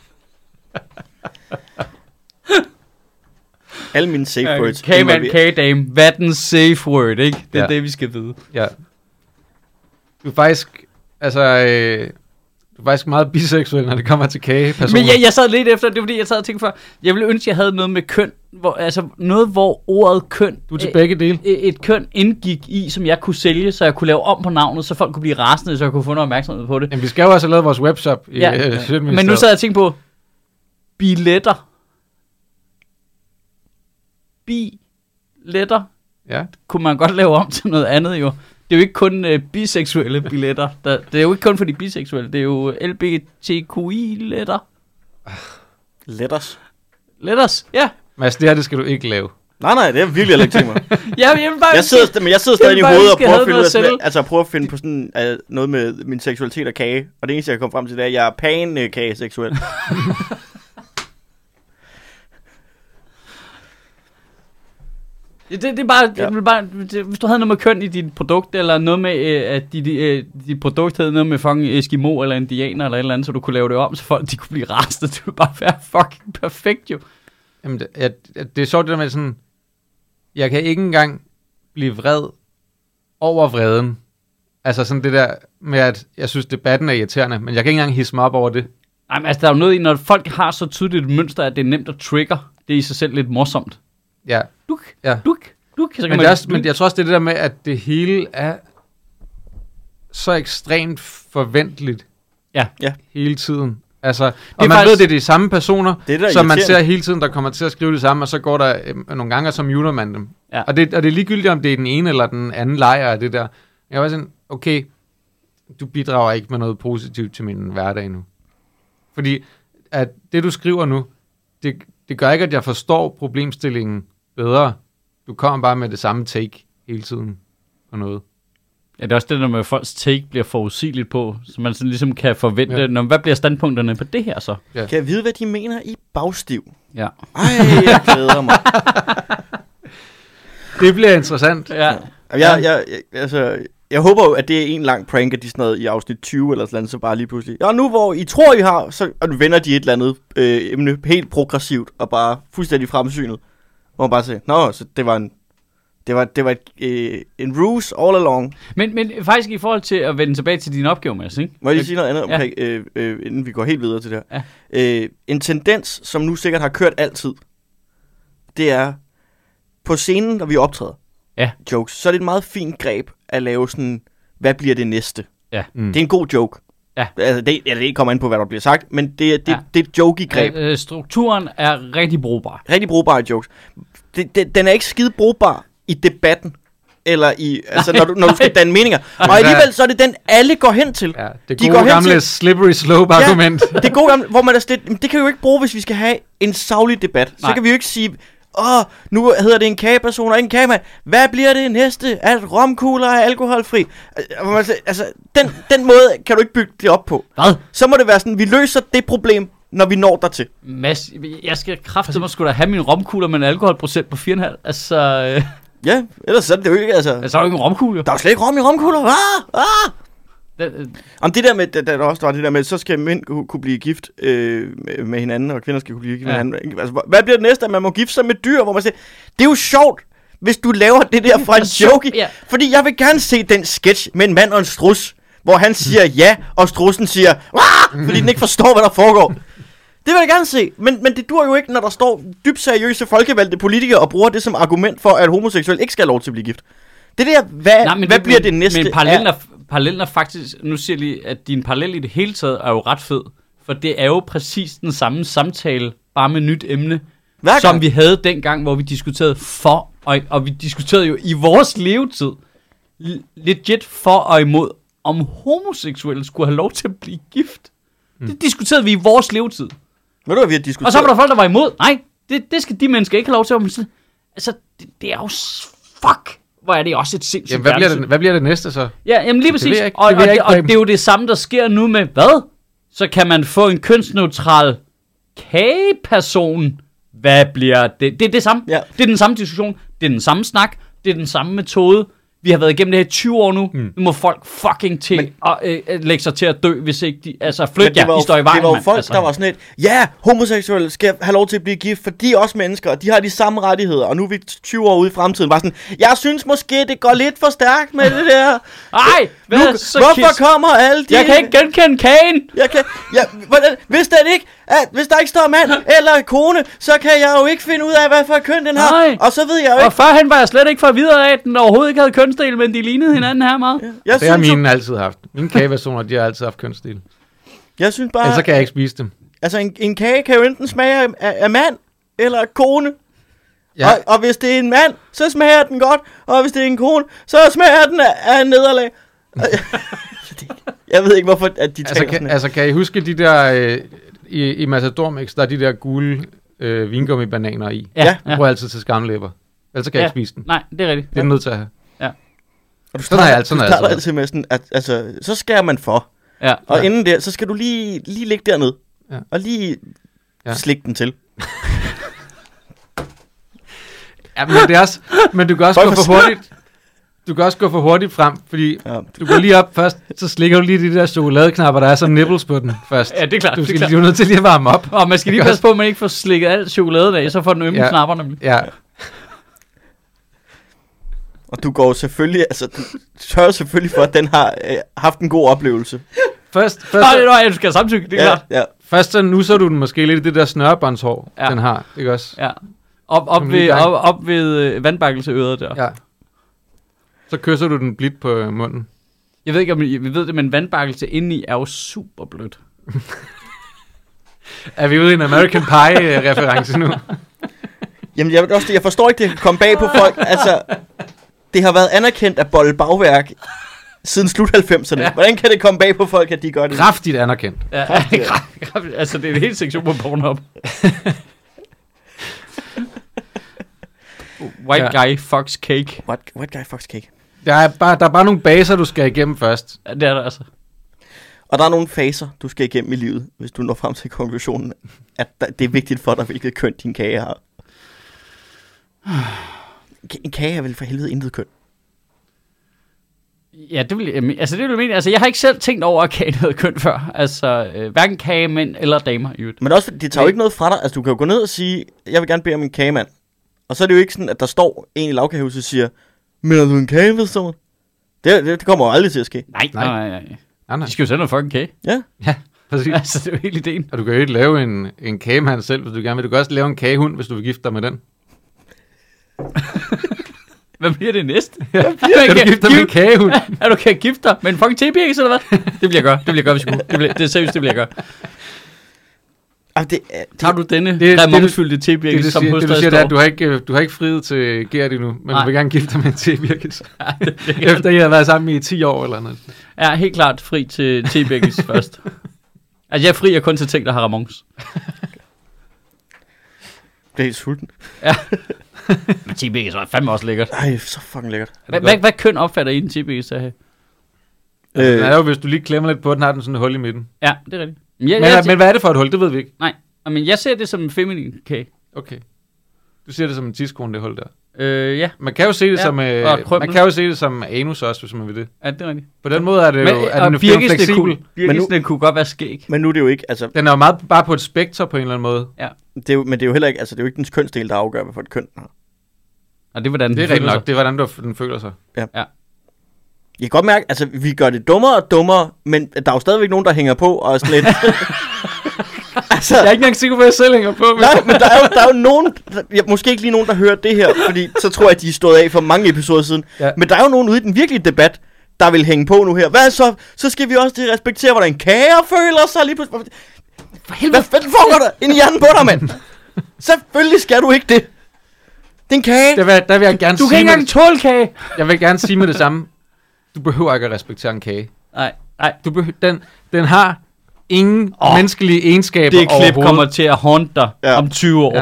alle mine safe words... Kagemand, involverer- kagedame. Hvad den safe word, ikke? Det er Ja. det, vi skal vide. Ja. Du er faktisk, altså, øh, du er faktisk meget biseksuel, når det kommer til kagepersoner. Men jeg, jeg sad lidt efter, det var fordi, jeg sad og tænkte for, jeg ville ønske, jeg havde noget med køn, hvor, altså noget, hvor ordet køn, Du er til begge dele. et, et køn indgik i, som jeg kunne sælge, så jeg kunne lave om på navnet, så folk kunne blive rasende, så jeg kunne få noget opmærksomhed på det. Jamen, vi skal jo også have lavet vores webshop i Ja. ja. øh, Sjøtministeriet. Men nu sad jeg og tænkte på, billetter. Billetter Ja. kunne man godt lave om til noget andet jo. Det er jo ikke kun øh, biseksuelle billetter. Der, det er jo ikke kun for de biseksuelle, det er jo L B T Q I-letter. Letters. Letters, ja. Mads, det her, det skal du ikke lave. Nej, nej, det er virkelig heller ikke til mig. Jeg, jeg, vil bare Jeg sidder, st- men jeg sidder stadig i Jeg vil bare hovedet og ønske, jeg prøver havde at finde ud noget af, sådan, selv. altså at prøve at finde på sådan uh, noget med min seksualitet og kage. Og det eneste, jeg kan komme frem til, det er, at jeg er pan-kage-seksuel. Ja, det, det er bare, Ja. ja. det, bare det, hvis du havde noget med køn i dit produkt, eller noget med, øh, at dit, øh, dit produkt havde noget med fucking Eskimo eller indianer eller et eller andet, så du kunne lave det om, så folk de kunne blive rastet. Det ville bare være fucking perfekt jo. Jamen, det, jeg, det er sjovt det der med sådan, jeg kan ikke engang blive vred over vreden. Altså sådan det der med, at jeg synes, debatten er irriterende, men jeg kan ikke engang hisse mig op over det. Ej, men altså, der er jo noget i, når folk har så tydeligt et mønster, at det er nemt at trigger. Det er i sig selv lidt morsomt. Ja, Duk, ja. duk, duk. Så kan Men, man, det er også, men jeg tror også, det er det der med, at det hele er så ekstremt forventeligt Ja. Ja. hele tiden. Altså, og er man faktisk- ved, det er de samme personer, Det er det, der er som man ser irriterende. hele tiden, der kommer til at skrive det samme, og så går der øh, nogle gange, og så muter man dem. Ja. Og, det, og det er ligegyldigt, om det er den ene eller den anden lejr af det der. Jeg var sådan, okay, du bidrager ikke med noget positivt til min hverdag nu. Fordi at det, du skriver nu, det, det gør ikke, at jeg forstår problemstillingen bedre. Du kommer bare med det samme take hele tiden på noget. Ja, det er også det der med, at folks take bliver forudsigeligt på, så man sådan ligesom kan forvente, Ja. ja. Når, hvad bliver standpunkterne på det her så? Kan jeg vide, hvad de mener i bagstiv? Ja. Ej, jeg glæder mig. Det bliver interessant. Ja. Jeg, jeg, jeg, altså, Jeg håber jo, at det er en lang prank, at de sådan noget i afsnit tyve eller sådan noget, så bare lige pludselig. Ja, nu hvor I tror, I har, så og nu vender de et eller andet øh, emne helt progressivt og bare fuldstændig fremsynet. Hvor man bare siger, nå, så det var en, det var, det var et, øh, en ruse all along. Men, men faktisk i forhold til at vende tilbage til din opgave, Mads, ikke? Må jeg lige sige noget andet omkring, ja. øh, øh, inden vi går helt videre til det her. Ja. Øh, en tendens, som nu sikkert har kørt altid, det er på scenen, når vi optræder ja. jokes, så er det et meget fint greb at lave sådan, hvad bliver det næste? Ja. Mm. Det er en god joke. Ja. Altså, det, eller det kommer an på, hvad der bliver sagt, men det, det, ja. det er et joke i greb. Øh, strukturen er rigtig brugbar. Rigtig brugbare jokes. Det, det, den er ikke skide brugbar i debatten, eller i, altså, når, du, når du skal danne meninger. Og alligevel så er det den, alle går hen til. Ja, det gode De gamle til, slippery slope argument. Ja, det gode gamle, hvor man er slet, det kan vi jo ikke bruge, hvis vi skal have en saglig debat. Nej. Så kan vi jo ikke sige, åh, nu hedder det en kageperson og ikke en kagemand. Hvad bliver det næste? At romkugler er alkoholfri? Altså, den, den måde kan du ikke bygge det op på. Hvad? Så må det være sådan, vi løser det problem, når vi når dertil. Mads, jeg skal kraftedeme mig sgu da have mine romkugler med en alkoholprocent på fire komma fem. Altså... Øh... Ja, ellers så er det jo ikke, altså... Altså, der er jo ikke en romkugle. Der er jo slet ikke rom i romkugler. Ah! Ah! Det, øh... Om det der med, der, der også var det der med, så skal mænd kunne, kunne blive gift øh, med, med hinanden, og kvinder skal kunne blive gift ja. med hinanden. Altså, hvad bliver det næste, at man må gifte sig med dyr, hvor man siger, det er jo sjovt, hvis du laver det der fra en joke. Ja. Fordi jeg vil gerne se den sketch med en mand og en strus, hvor han siger ja, og strussen siger, Wah! Fordi den ikke forstår, hvad der foregår. Det vil jeg gerne se, men, men det dur jo ikke, når der står dybt seriøse folkevalgte politikere og bruger det som argument for, at homoseksuelle ikke skal have lov til at blive gift. Det der, hvad, Nej, hvad det, bliver det næste? Men parallellen er, parallellen er faktisk, nu siger jeg lige, at din parallel i det hele taget er jo ret fed, for det er jo præcis den samme samtale, bare med nyt emne, som vi havde dengang, hvor vi diskuterede for, og, og vi diskuterede jo i vores levetid, legit for og imod, om homoseksuelle skulle have lov til at blive gift. Mm. Det diskuterede vi i vores levetid. Ved du, hvad vi har diskuteret? Og så var der folk, der var imod. Nej, det, det skal de mennesker ikke have lov til at... Altså, det, det er jo... Fuck! Hvor er det også et sindssygt... Jamen, hvad bliver, det, hvad bliver det næste så? Ja, jamen lige præcis. Og, og, det, og det er jo det samme, der sker nu med... Hvad? Så kan man få en kønsneutral kageperson. Hvad bliver det? Det er det samme. Ja. Det er den samme diskussion. Det er den samme snak. Det er den samme metode. Vi har været igennem det her i tyve år nu. Mm. Nu må folk fucking til men, at øh, lægge sig til at dø, hvis ikke de... Altså, flyt jer, I står i vejen, det var jo man, folk, altså. der var sådan et... Ja, homoseksuelle skal have lov til at blive gift, for de er også mennesker, og de har de samme rettigheder. Og nu er vi tyve år ude i fremtiden. Bare sådan, jeg synes måske, det går lidt for stærkt med det der. Ej, nu, hvorfor kiss. kommer alle de... Jeg kan ikke genkende kagen. Jeg kan... Ja, hvordan, hvis, der ikke, at, hvis der ikke står mand eller kone, så kan jeg jo ikke finde ud af, hvad for køn den har. Nej. Og så ved jeg jo ikke... Og førhen var jeg slet ikke for videre af, at den overhovedet ikke havde kønsdel, men de lignede hinanden her meget. Ja. Jeg det har mine jo... altid haft. Mine kageversioner, de har altid haft kønsdel. Jeg synes bare... Ellers kan jeg ikke spise dem. Altså, en, en kage kan jo enten smage af, af mand eller kone. Ja. Og, og hvis det er en mand, så smager den godt. Og hvis det er en kone, så smager den af, af nederlag. Jeg ved ikke, hvorfor at de altså, taler kan, altså, kan I huske de der... Øh, I, i Matador Mix, der er de der gule øh, vingummi-bananer i. Ja. Jeg bruger altid til skamlæber. Ellers kan ja. jeg ikke spise den. Nej, det er rigtigt. Det er ja. nødt til at have. Ja. Og du starter, sådan altid, du starter altid, altid med sådan, at altså, så skærer man for. Ja. Og ja. inden der, så skal du lige, lige ligge dernede. Ja. Og lige ja. slikke den til. Ja, men, det er også, men du kan også gå for hurtigt. Du kan også gå for hurtigt frem, fordi ja. du går lige op først, så slikker du lige de der chokoladeknapper, der er som nipples på den først. Ja, det er klart. Du skal det er lige nødt til lige at varme op. Og man skal lige passe på, at man ikke får slikket alt chokoladen af, så får den ømme ja. knapper nemlig. Ja. Og du går selvfølgelig, altså du sørger selvfølgelig for, at den har øh, haft en god oplevelse. Først, først nej, nej, du skal have samtykke, det er ja, klart. Ja. Først så nusser du den måske lidt i det der snørebåndshår, ja. den har, ikke også? Ja. Op, op, ved, op, op ved øh, vandbakkelseøret der. Ja. Så kysser du den blidt på øh, munden. Jeg ved ikke, om I ved det, men vandbakkelse indeni er jo super blødt. Er vi ude i en American Pie-reference nu? Jamen, jeg, også, jeg forstår ikke, det kan komme bag på folk. Altså, det har været anerkendt at bolle bagværk siden slut halvfemserne. Ja. Hvordan kan det komme bag på folk, at de gør det? Kraftigt anerkendt. Ja, kraftigt, kraftigt. Altså, det er en hel sektion på Pornhub. White ja. guy fucks cake. What, white guy fucks cake. Der er, bare, der er bare nogle baser, du skal igennem først. Ja, det er der altså. Og der er nogle faser, du skal igennem i livet, hvis du når frem til konklusionen, at det er vigtigt for dig, hvilket køn din kage har. En kage er vel for helvede intet køn. Ja, det vil jeg, altså det vil jeg mene. Altså, jeg har ikke selv tænkt over at kage noget køn før. Altså, øh, hverken kagemænd eller damer i øvrigt. Men også, det tager jo ikke noget fra dig. Altså, du kan jo gå ned og sige, jeg vil gerne bede om en kagemand. Og så er det jo ikke sådan, at der står en i lavkagehuset og siger, mener du en kage, vedstående? Det, det, det kommer jo aldrig til at ske. Nej, nej, nej. nej. Nej, nej. De skal jo sende noget fucking kage. Ja. Ja, præcis. Altså, det er jo helt ideen. Og du kan jo ikke lave en, en kagemand selv, hvis du gerne vil. Du kan også lave en kagehund, hvis du vil gifte dig med den. Hvad bliver det næste? Ja, kan du gifte dig med en kagehund? Er du kan gifte dig med en fucking tebirkes, eller hvad? Det bliver jeg gøre. Det bliver jeg gøre, hvis jeg kunne. Det, bliver, det er seriøst, det bliver jeg gøre. Altså, det, er- det, Tager du denne det- remondsfyldte Det, tebirkes, du som siger, hos det, du dig siger, det er, står? at du har ikke, du har ikke friet til Gert endnu, men Nej. du vil gerne gifte dig med en tebirkes. Ja, det bliver jeg. Efter I har været sammen i ti år eller noget. Ja, helt klart fri til tebirkes først. Altså, jeg er fri og kun til ting, der har ramons. det er helt sulten. Ja. Men tebirkes er fandme også lækkert. Ej, så fucking lækkert. Hvad, hvad, hvad køn opfatter I en tebirkes til at have? Øh. Øh, Den er jo, hvis du lige klemmer lidt på den, har den sådan et hul i midten. Ja, det er rigtigt. Men jeg, Men, jeg, men hvad er det for et hul? Det ved vi ikke. nej, men jeg ser det som en feminin kage. Okay. Du ser det som en tidskone, det hul der. Øh, ja. Man kan jo se det Ja, som øh, og krømmel. man kan jo se det som anus også, hvis man vil det. Ja, det er rigtigt. På den måde er det Men, jo er og den jo birkesene fleksibel. kunne, birkesene kunne godt være skæg. men nu er det jo ikke, altså, Den er jo meget bare på et spektrum på en eller anden måde. det er jo, men det er jo heller ikke, altså, det er jo ikke dens kønsdel, der afgør, hvad for et køn den har. Og det er, hvordan Det er den rigtigt føler nok. Det er, hvordan du, den føler sig. Jeg kan godt mærke, altså, vi gør det dummere og dummere, men der er jo stadigvæk nogen, der hænger på og er sådan lidt... altså, Jeg er ikke engang sikker på, at jeg selv hænger på. Men... nej, men der er jo, der er jo nogen, der, ja, måske ikke lige nogen, der hører det her, fordi så tror jeg, at de er stået af for mange episoder siden. Ja. Men der er jo nogen ude i den virkelige debat, der vil hænge på nu her. Hvad så? Så skal vi også til at respektere, hvordan kager føler sig lige pludselig. For helvede. Hvad fanden foregår der ind i hjernen på dig, mand? Selvfølgelig skal du ikke det. Det er en kage. Der vil, der vil jeg gerne Du kan sige ikke engang med, tåle kage. jeg vil gerne sige med det samme. Du behøver ikke at respektere en kage. Nej, nej. Du behøver, den, den har ingen Åh, oh, menneskelige egenskaber Det klip overhovedet. kommer til at haunte dig Ja. om tyve år.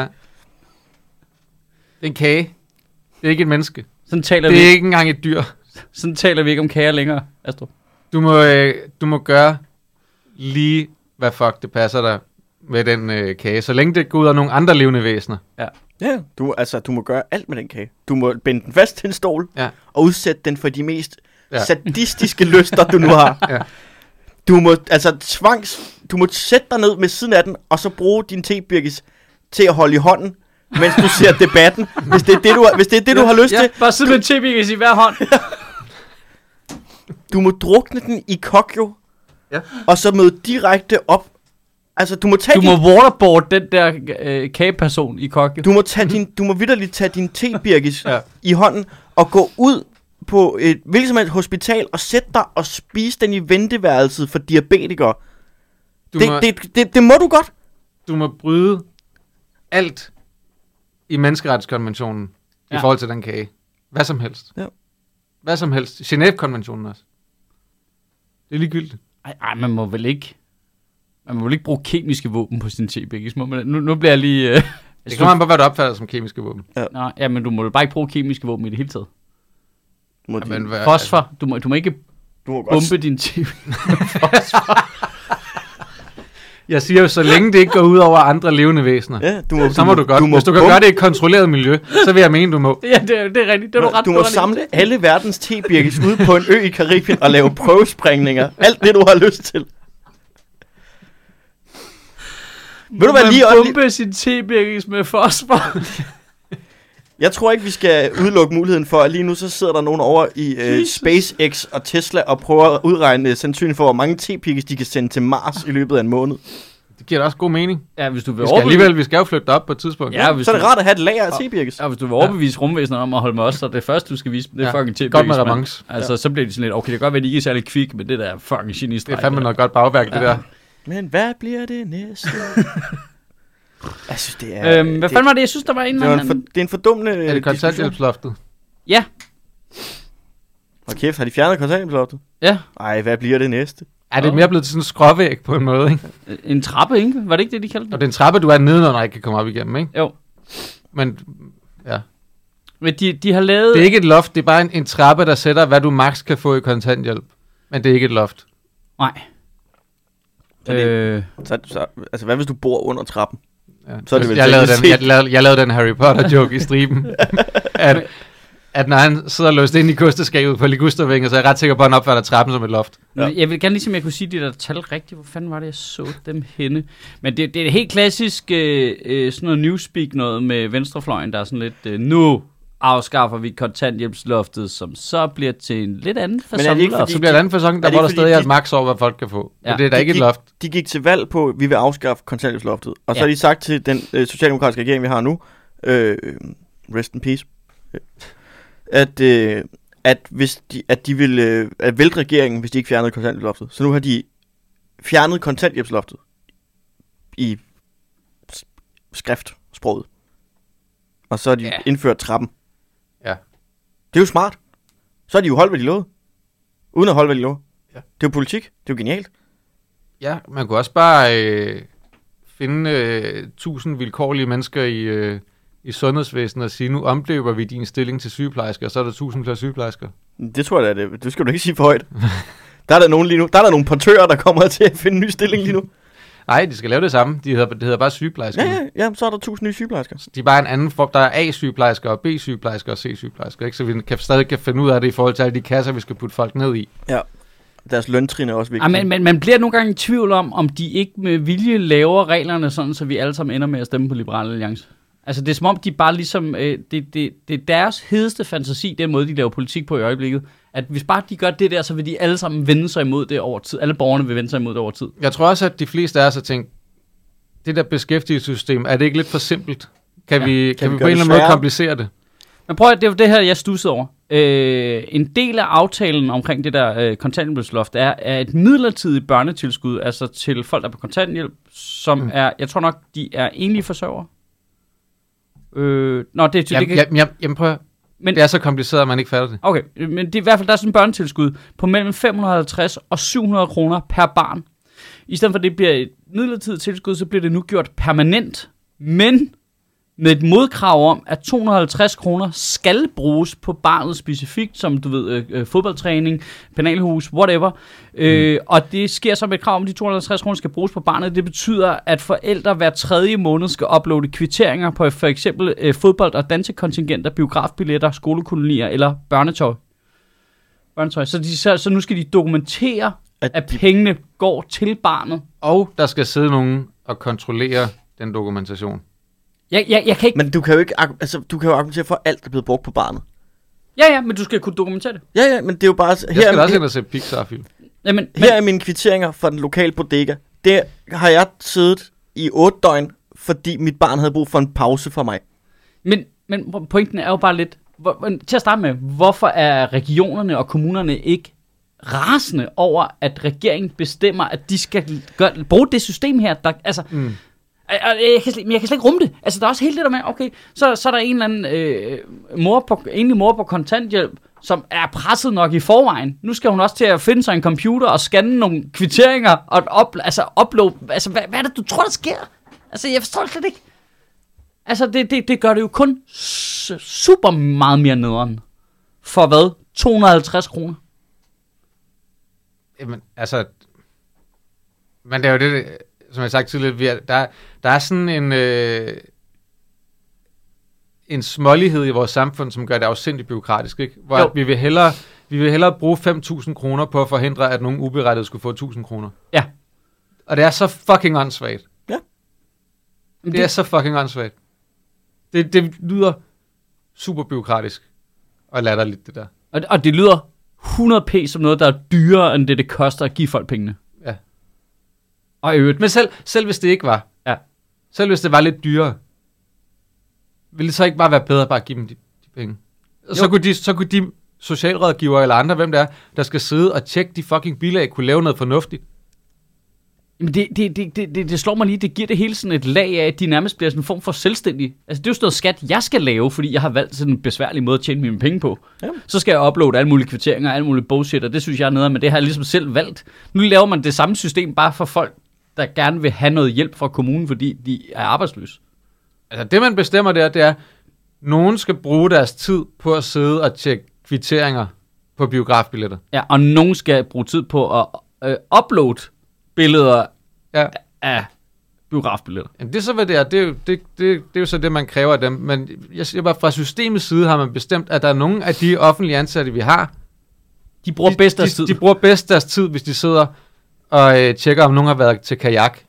Ja. Det er en kage. Det er ikke et menneske. Sådan taler Det vi er ikke engang et dyr. Sådan taler vi ikke om kager længere, Astro. Du må, øh, du må gøre lige, hvad fuck det passer dig med den øh, kage. Så længe det går ud af nogle andre levende væsener. Ja, du, altså, du må gøre alt med den kage. Du må binde den fast til en stol, Ja. og udsætte den for de mest Ja. ja. sadistiske lyster, du nu har. Ja. Du må, altså, tvangs... Du må sætte dig ned med siden af den, og så bruge din tebirkes til at holde i hånden, mens du ser debatten. Hvis det er det, du har, hvis det er det, du har lyst Ja, til. bare sidde med en tebirkes i hver hånd. Du må drukne den i kokjo, Ja. og så møde direkte op. Altså, du må tage Du din... må waterboard den der øh, kageperson i kokke. Du må, tage din, du må vitterligt tage din tebirkes Ja. ja. i hånden og gå ud på et hvilket som helst hospital og sætte dig og spise den i venteværelset for diabetikere. Du, Det, må, det, det, det må du godt. du må bryde alt i menneskeretskonventionen ja. Ja. i forhold til den kage. Hvad som helst. Ja. Hvad som helst. Genève-konventionen også. Det er ligegyldigt. Ej, ej, man må vel ikke... Man må vel ikke bruge kemiske våben på sin tebirkes. Må man- Nu, nu bliver jeg lige... Øh, Det kommer an på, hvad du opfatter som kemiske våben. Nej, ja, men du må vel bare ikke bruge kemiske våben i det hele taget. Du må, Jamen, din, hvad, Fosfor. Du må, du må ikke du må godt. bombe din tebirkes. Jeg siger jo, så længe det ikke går ud over andre levende væsener, Ja, du må, så må du godt. Du må Hvis du kan bombe- gøre det i et kontrolleret miljø, så vil jeg mene, du må. Ja, det er, det er rigtigt. Det er du ret Du må ret i. samle alle verdens tebirkes ude på en ø i Karibien og lave prøvesprængninger. Alt det, du har lyst til. Ved du hvad, Man lige og lige- bombe sin tebirkes med fosfor. Jeg tror ikke, vi skal udelukke muligheden for, at lige nu så sidder der nogen over i uh, SpaceX og Tesla og prøver at udregne sandsynligheden for, hvor mange tebirkes de kan sende til Mars i løbet af en måned. Det giver da også god mening. Ja, hvis du vil Vi skal overbevise... alligevel, vi skal jo flytte op på et tidspunkt. Ja, hvis Så er det du... rart at have et lager af tebirkes. Ja, hvis du vil overbevise rumvæsener om at holde med os, så er det første, du skal vise, det er Ja, fucking tebirkes. godt med mand. revanche. Altså, så bliver de sådan lidt, okay, det kan godt være, at de ikke er særlig kvik, men det der er fucking genistreg. Det er fandme noget godt bagværk, det der. Men hvad bliver det næste? Jeg synes, det er... Øhm, hvad det, fanden var det, jeg synes, der var en det, eller var en for, anden... det er en fordummende Er det diskussion. kontanthjælpsloftet? Ja, Og kæft, har de fjernet kontanthjælpsloftet? ja. Ej, hvad bliver det næste? Er det mere blevet til sådan en skråvæg på en måde, ikke? En trappe, ikke? Var det ikke det, de kaldte Og det? det er en trappe, du er nede, når ikke kan komme op igennem, ikke? Jo. Men ja. Men de, de har lavet... Det er ikke et loft, det er bare en, en trappe, der sætter, hvad du maks kan få i kontanthjælp. Men det er ikke et loft. Nej. Så det- Øh, Så, så, altså, hvad hvis du bor under trappen? Ja. Så er det vel jeg, lavede den, teknisk jeg, lavede, jeg lavede den Harry Potter joke i striben. at, at når han sidder låst ind i kosteskabet på Ligustervænget, så er jeg ret sikker på, at han opfatter trappen som et loft. Ja. Jeg vil gerne ligesom, jeg kunne sige de der tal rigtigt. Hvor fanden var det, jeg så dem henne? Men det, det er helt klassisk øh, øh, sådan noget newspeak noget med venstrefløjen, der er sådan lidt, øh, nu afskaffer vi kontanthjælpsloftet, som så bliver til en lidt anden fasong. Så bliver det anden fasong, der hvor der stadig er et maks over, hvad folk kan få. Ja. Og det er da de ikke gik, et loft. De gik til valg på, at vi vil afskaffe kontanthjælpsloftet. Og så ja. har de sagt til den øh, socialdemokratiske regering, vi har nu, øh, rest in peace, øh, at, øh, at, hvis de, at de ville øh, at vælte regeringen, hvis de ikke fjernede kontanthjælpsloftet. Så nu har de fjernet kontanthjælpsloftet i skriftsproget. Og så har de ja. indført trappen. Ja. Det er jo smart. Så har de jo holdt, hvad de lovede. Uden at holde, hvad de lovede. Ja. Det er jo politik. Det er jo genialt. Ja, man kunne også bare øh, finde øh, tusind vilkårlige mennesker i, øh, i sundhedsvæsenet og sige, nu omdøber vi din stilling til sygeplejersker, og så er der tusind flere sygeplejersker. Det tror jeg da, det, det skal du ikke sige for højt. Der er der nogen lige nu. Der er der nogle portører, der kommer til at finde en ny stilling lige nu. Nej, de skal lave det samme. De hedder, det hedder bare sygeplejersker. Ja, ja, ja, så er der tusind nye sygeplejersker. De er bare en anden form. Der er A-sygeplejersker og B-sygeplejersker og C-sygeplejersker, ikke? Så vi kan stadig kan finde ud af det i forhold til alle de kasser, vi skal putte folk ned i. Ja, deres løntrin er også vigtigt. Ja, men, men man bliver nogle gange i tvivl om, om de ikke med vilje laver reglerne sådan, så vi alle sammen ender med at stemme på Liberal Alliance. Altså det er som om, de bare ligesom, øh, det, det, det er deres hedeste fantasi, den måde, de laver politik på i øjeblikket. At hvis bare de gør det der, så vil de alle sammen vende sig imod det over tid. Alle borgerne vil vende sig imod det over tid. Jeg tror også, at de fleste af os har tænkt, det der beskæftigelsessystem, er det ikke lidt for simpelt? Kan ja. vi, kan kan vi, vi på en eller anden måde komplicere det? Men prøv at, det var det her, jeg stussede over. Øh, en del af aftalen omkring det der øh, kontanthjælpsloft er, er et midlertidigt børnetilskud, altså til folk, der er på kontanthjælp, som mm. er, jeg tror nok, de er enlige forsørgere. Øh, nå, det, det, jamen, det kan... jamen, jamen, prøv at, men, det er så kompliceret, at man ikke fatter det. Okay, men det er i hvert fald, der er sådan en børnetilskud på mellem fem hundrede og halvtreds og syv hundrede kroner per barn. I stedet for, at det bliver et midlertidigt tilskud, så bliver det nu gjort permanent, men med et modkrav om, at to hundrede og halvtreds kroner skal bruges på barnet specifikt, som du ved, øh, fodboldtræning, penalhus, whatever. Mm. Øh, og det sker så med et krav om, at de to hundrede og halvtreds kroner skal bruges på barnet. Det betyder, at forældre hver tredje måned skal uploade kvitteringer på for eksempel øh, fodbold- og dansekontingenter, biografbilletter, skolekolonier eller børnetøj. børnetøj. Så, de, så, så nu skal de dokumentere, at, at de... pengene går til barnet. Og der skal sidde nogen og kontrollere den dokumentation. Jeg, jeg, jeg kan ikke... Men du kan jo ikke, altså, du kan jo argumentere for, at alt er blevet brugt på barnet. Ja, ja, men du skal kunne dokumentere det. Ja, ja, men det er jo bare... Jeg her skal er, også ind og se Pixar-film. Ja, men, her er mine kvitteringer fra den lokale bodega. Der har jeg siddet i otte døgn, fordi mit barn havde brug for en pause fra mig. Men, men pointen er jo bare lidt... Hvor, til at starte med, hvorfor er regionerne og kommunerne ikke rasende over, at regeringen bestemmer, at de skal gøre, bruge det system her, der... Altså, mm. Jeg, jeg, kan slet, jeg kan slet ikke rumme det. Altså, der er også hele det der med, okay, så, så er der en eller anden øh, mor på, enlig mor på kontanthjælp, som er presset nok i forvejen. Nu skal hun også til at finde sig en computer og scanne nogle kvitteringer og op, altså, upload. Altså, hvad, hvad er det, du tror, der sker? Altså, jeg forstår det slet ikke. Altså, det, det, det gør det jo kun super meget mere nederen. For hvad? to hundrede og halvtreds kroner? Jamen, altså... Men det er jo det... Som jeg har sagt tidligere, vi er, der, der er sådan en, øh, en smålighed i vores samfund, som gør det afsindigt bureaukratisk, ikke? Hvor at vi vil hellere, vi vil hellere bruge fem tusind kroner på at forhindre, at nogen uberettiget skulle få tusind kroner. Ja. Og det er så fucking åndssvagt. Ja. Det, det er så fucking åndssvagt. Det, det lyder super bureaukratisk og latterligt, det der. Og, og det lyder hundrede p som noget, der er dyrere, end det, det koster at give folk pengene. Ja. Og i øvrigt. Men selv, selv hvis det ikke var, ja. selv hvis det var lidt dyrere, ville det så ikke bare være bedre at bare give dem de, de penge? Og så kunne, de, så kunne de socialrådgivere eller andre, hvem det er, der skal sidde og tjekke de fucking bilag, kunne lave noget fornuftigt. Men det, det, det, det, det slår mig lige, det giver det hele sådan et lag af, at de nærmest bliver sådan en form for selvstændig. Altså det er jo sådan noget skat, jeg skal lave, fordi jeg har valgt sådan en besværlig måde at tjene mine penge på. Ja. Så skal jeg uploade alle mulige kvitteringer, alle mulige bullshit, og det synes jeg er nede, men det har jeg ligesom selv valgt. Nu laver man det samme system bare for folk, der gerne vil have noget hjælp fra kommunen, fordi de er arbejdsløse. Altså det man bestemmer der, det er, nogen skal bruge deres tid på at sidde og tjekke kvitteringer på biografbilletter. Ja, og nogen skal bruge tid på at øh, uploade billeder ja. af biografbilletter. Jamen, det er så, hvad det er. Det er, jo, det, det, det er jo så det, man kræver af dem. Men jeg siger bare, fra systemets side har man bestemt, at der er nogle af de offentlige ansatte, vi har, De bruger de, bedst deres tid. De, de bruger bedst deres tid, hvis de sidder og øh, tjekker, om nogen har været til kajak.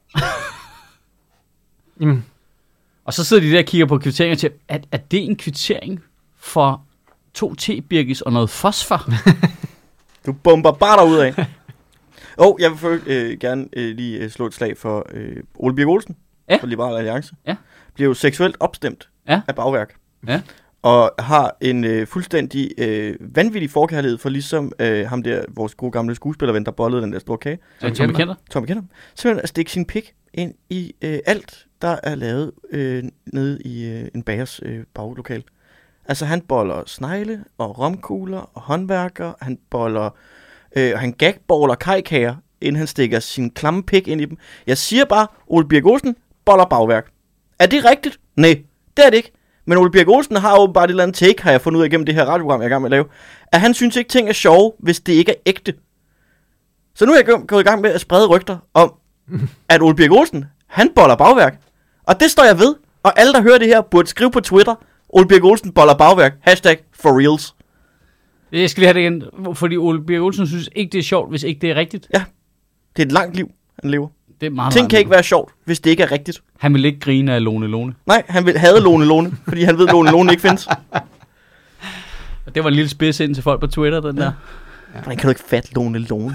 Jamen, Og så sidder de der og kigger på kvitteringer til, at er det en kvittering for to te-birkis og noget fosfor? Du bomber bare derudad. Og oh, jeg vil for, øh, gerne øh, lige øh, slå et slag for øh, Ole Birk Olesen Ja. fra Liberal Alliance. Ja. Bliver jo seksuelt opstemt Ja. af bagværk. Ja. Og har en øh, fuldstændig øh, vanvittig forkærlighed for ligesom øh, ham der, vores gode gamle skuespillerven, der bollede den der store kage. Som Tommy Kenter. Tommy Kenter. Simpelthen at stikke sin pik ind i øh, alt, der er lavet øh, nede i øh, en bagers øh, baglokal. Altså han boller snegle og romkugler og håndværker. Han boller, øh, han gagballer kajkager, inden han stikker sin klamme pik ind i dem. Jeg siger bare, Ole Birk Olesen boller bagværk. Er det rigtigt? Nej, det er det ikke. Men Ole Birk Olesen har åbenbart et eller andet take, har jeg fundet ud af igennem det her radioprogram, jeg er i gang med at lave, at han synes ikke, ting er sjove, hvis det ikke er ægte. Så nu er jeg gået i gang med at sprede rygter om, at Ole Birk Olesen, han boller bagværk. Og det står jeg ved. Og alle, der hører det her, burde skrive på Twitter, Ole Birk Olesen boller bagværk. Hashtag for reals. Jeg skal lige have det igen, fordi Ole Birk Olesen synes ikke, det er sjovt, hvis ikke det er rigtigt. Ja, det er et langt liv, han lever. Det er meget Ting meget kan ikke være sjovt, hvis det ikke er rigtigt. Han vil ikke grine af Lone Lone. Nej, han vil have Lone Lone, fordi han ved, at Lone Lone ikke findes. Og det var en lille spids ind til folk på Twitter, den Ja. der. Hvordan kan du ikke fatte Lone Lone?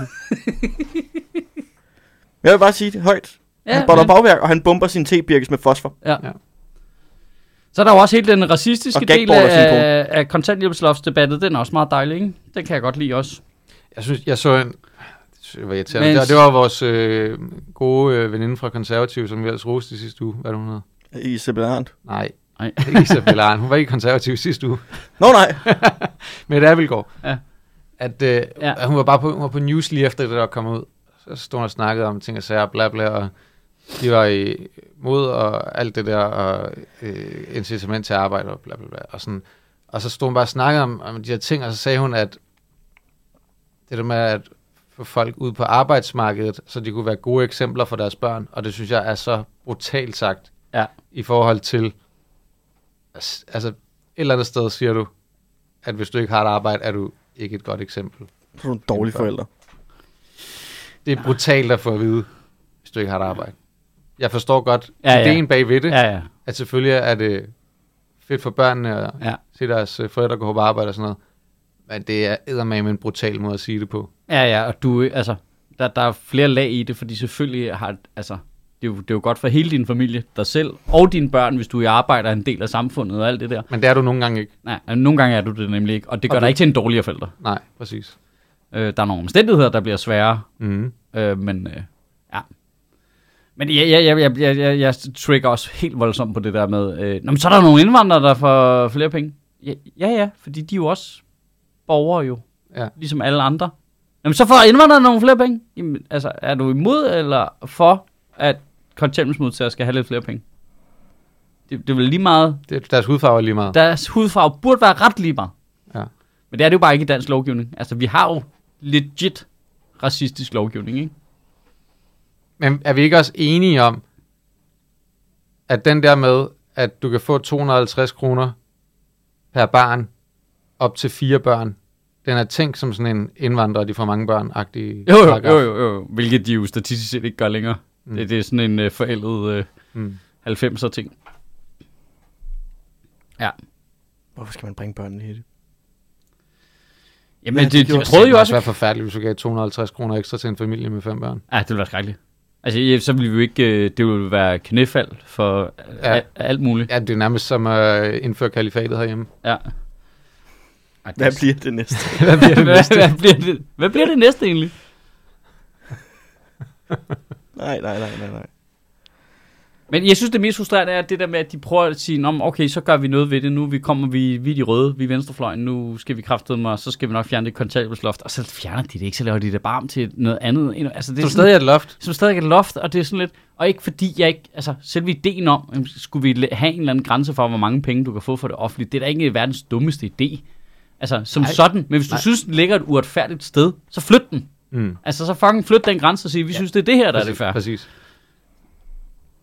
Jeg vil bare sige det højt. Ja, Han boller men- bagværk, og han bomber sin te-birkes med fosfor. Ja. Ja. Så er der jo også hele den racistiske Og del gagballer sin af, af kontanthjælpsloftsdebattet. Den er også meget dejlig, ikke? Den kan jeg godt lide også. jeg synes, jeg så en... Det var irriterende. Men- Det, det var vores øh, gode øh, veninde fra Konservativ, som vi ellers roste i sidste uge. Hvad er det, hun hedder? I Sebelland. Nej, Nej. ikke Isabel Arn. Hun var ikke konservativ i sidste uge. Nå nej. Mette Abildgaard. Ja. At øh, Ja. ja. hun var bare på, hun var på news lige efter det der kom ud. Så stod hun og snakkede om ting og sager, bla bla, og de var i mod og alt det der, og øh, incitament til at arbejde og bla bla bla. Og, sådan. Og så stod hun bare og snakkede om, om de her ting, og så sagde hun, at det der med at få folk ud på arbejdsmarkedet, så de kunne være gode eksempler for deres børn, og det synes jeg er så brutalt sagt, Ja. i forhold til, altså et eller andet sted siger du, at hvis du ikke har et arbejde, er du ikke et godt eksempel. Så er du en dårlig forælder. Det er brutalt at få at vide, hvis du ikke har et arbejde. Jeg forstår godt Ja, ja, ja. ideen bag ved det, ja. Ja, ja. at selvfølgelig er det fedt for børnene at Ja. se deres øh, forældre gå på arbejde og sådan noget, men det er eddermame en brutal måde at sige det på. Ja, ja, og du, altså, der, der er flere lag i det, fordi selvfølgelig har, altså, det er, jo, det er jo godt for hele din familie, dig selv og dine børn, hvis du i arbejde er en del af samfundet og alt det der. Men det er du nogle gange ikke. Nej, altså, nogle gange er du det nemlig ikke, og det gør Og dig du- ikke til en dårligere forælder. Nej, præcis. Øh, der er nogle omstændigheder, der bliver sværere, Mm. øh, men øh, ja. Men jeg, jeg, jeg, jeg, jeg, jeg, jeg trigger også helt voldsomt på det der med, øh, nå, men så er der nogle indvandrere, der får flere penge. Ja, ja, ja, fordi de er jo også borgere jo, Ja. ligesom alle andre. Jamen, så får indvandrere nogle flere penge. Jamen, altså, er du imod eller for, at kontanthjælpsmodtagere skal have lidt flere penge? Det, det er vel lige meget. Det, deres hudfarve er lige meget. Deres hudfarve burde være ret lige meget. Ja. Men det er det jo bare ikke i dansk lovgivning. Altså, vi har jo legit racistisk lovgivning, ikke? Men er vi ikke også enige om, at den der med, at du kan få to hundrede og halvtreds kroner per barn, op til fire børn, den er tænkt som sådan en indvandrer, de får mange børn-agtig Jo, jo, paragraf. jo, jo, jo. Hvilket de jo statistisk set ikke gør længere. Mm. Mm. Det, det er sådan en uh, forældet uh, Mm. halvfemser ting. Ja. Hvorfor skal man bringe børnene i det? Jamen, Ja, det, det de, gjorde- de prøvede jo Det også... være forfærdeligt, hvis du gav to hundrede og halvtreds kroner ekstra til en familie med fem børn. Ja, det ville være skrækkeligt. Altså, ja, så ville vi jo ikke... øh, Det ville være knæfald for Ja. ja. alt muligt. Ja, det er nærmest som at uh, indføre kalifatet herhjemme. Ja. Ej, Hvad bliver det næste? hvad, bliver det næste? hvad, bliver det, hvad bliver det næste egentlig? nej, nej, nej, nej, nej. Men jeg synes, det mest frustrerende er det der med, at de prøver at sige, om okay, så gør vi noget ved det. Nu vi kommer vi, vi er de røde, vi er venstrefløjen, nu skal vi kraftedeme, og så skal vi nok fjerne det kontanthjælpsloft. Og så fjerner de det ikke, så laver de det bare om til noget andet. endnu- Altså, det er Som sådan- stadig er et loft. som stadig er et loft, og det er sådan lidt, og ikke fordi jeg ikke, altså selve ideen om, jamen, skulle vi have en eller anden grænse for, hvor mange penge du kan få for det offentlige, det er da ikke verdens dummeste idé. Altså som Nej. sådan, men hvis du Nej. synes, den ligger et uretfærdigt sted, så flyt den. Mm. Altså så fucking flyt den grænse og sige, vi ja. synes, det er det her, der er det fair. Præcis.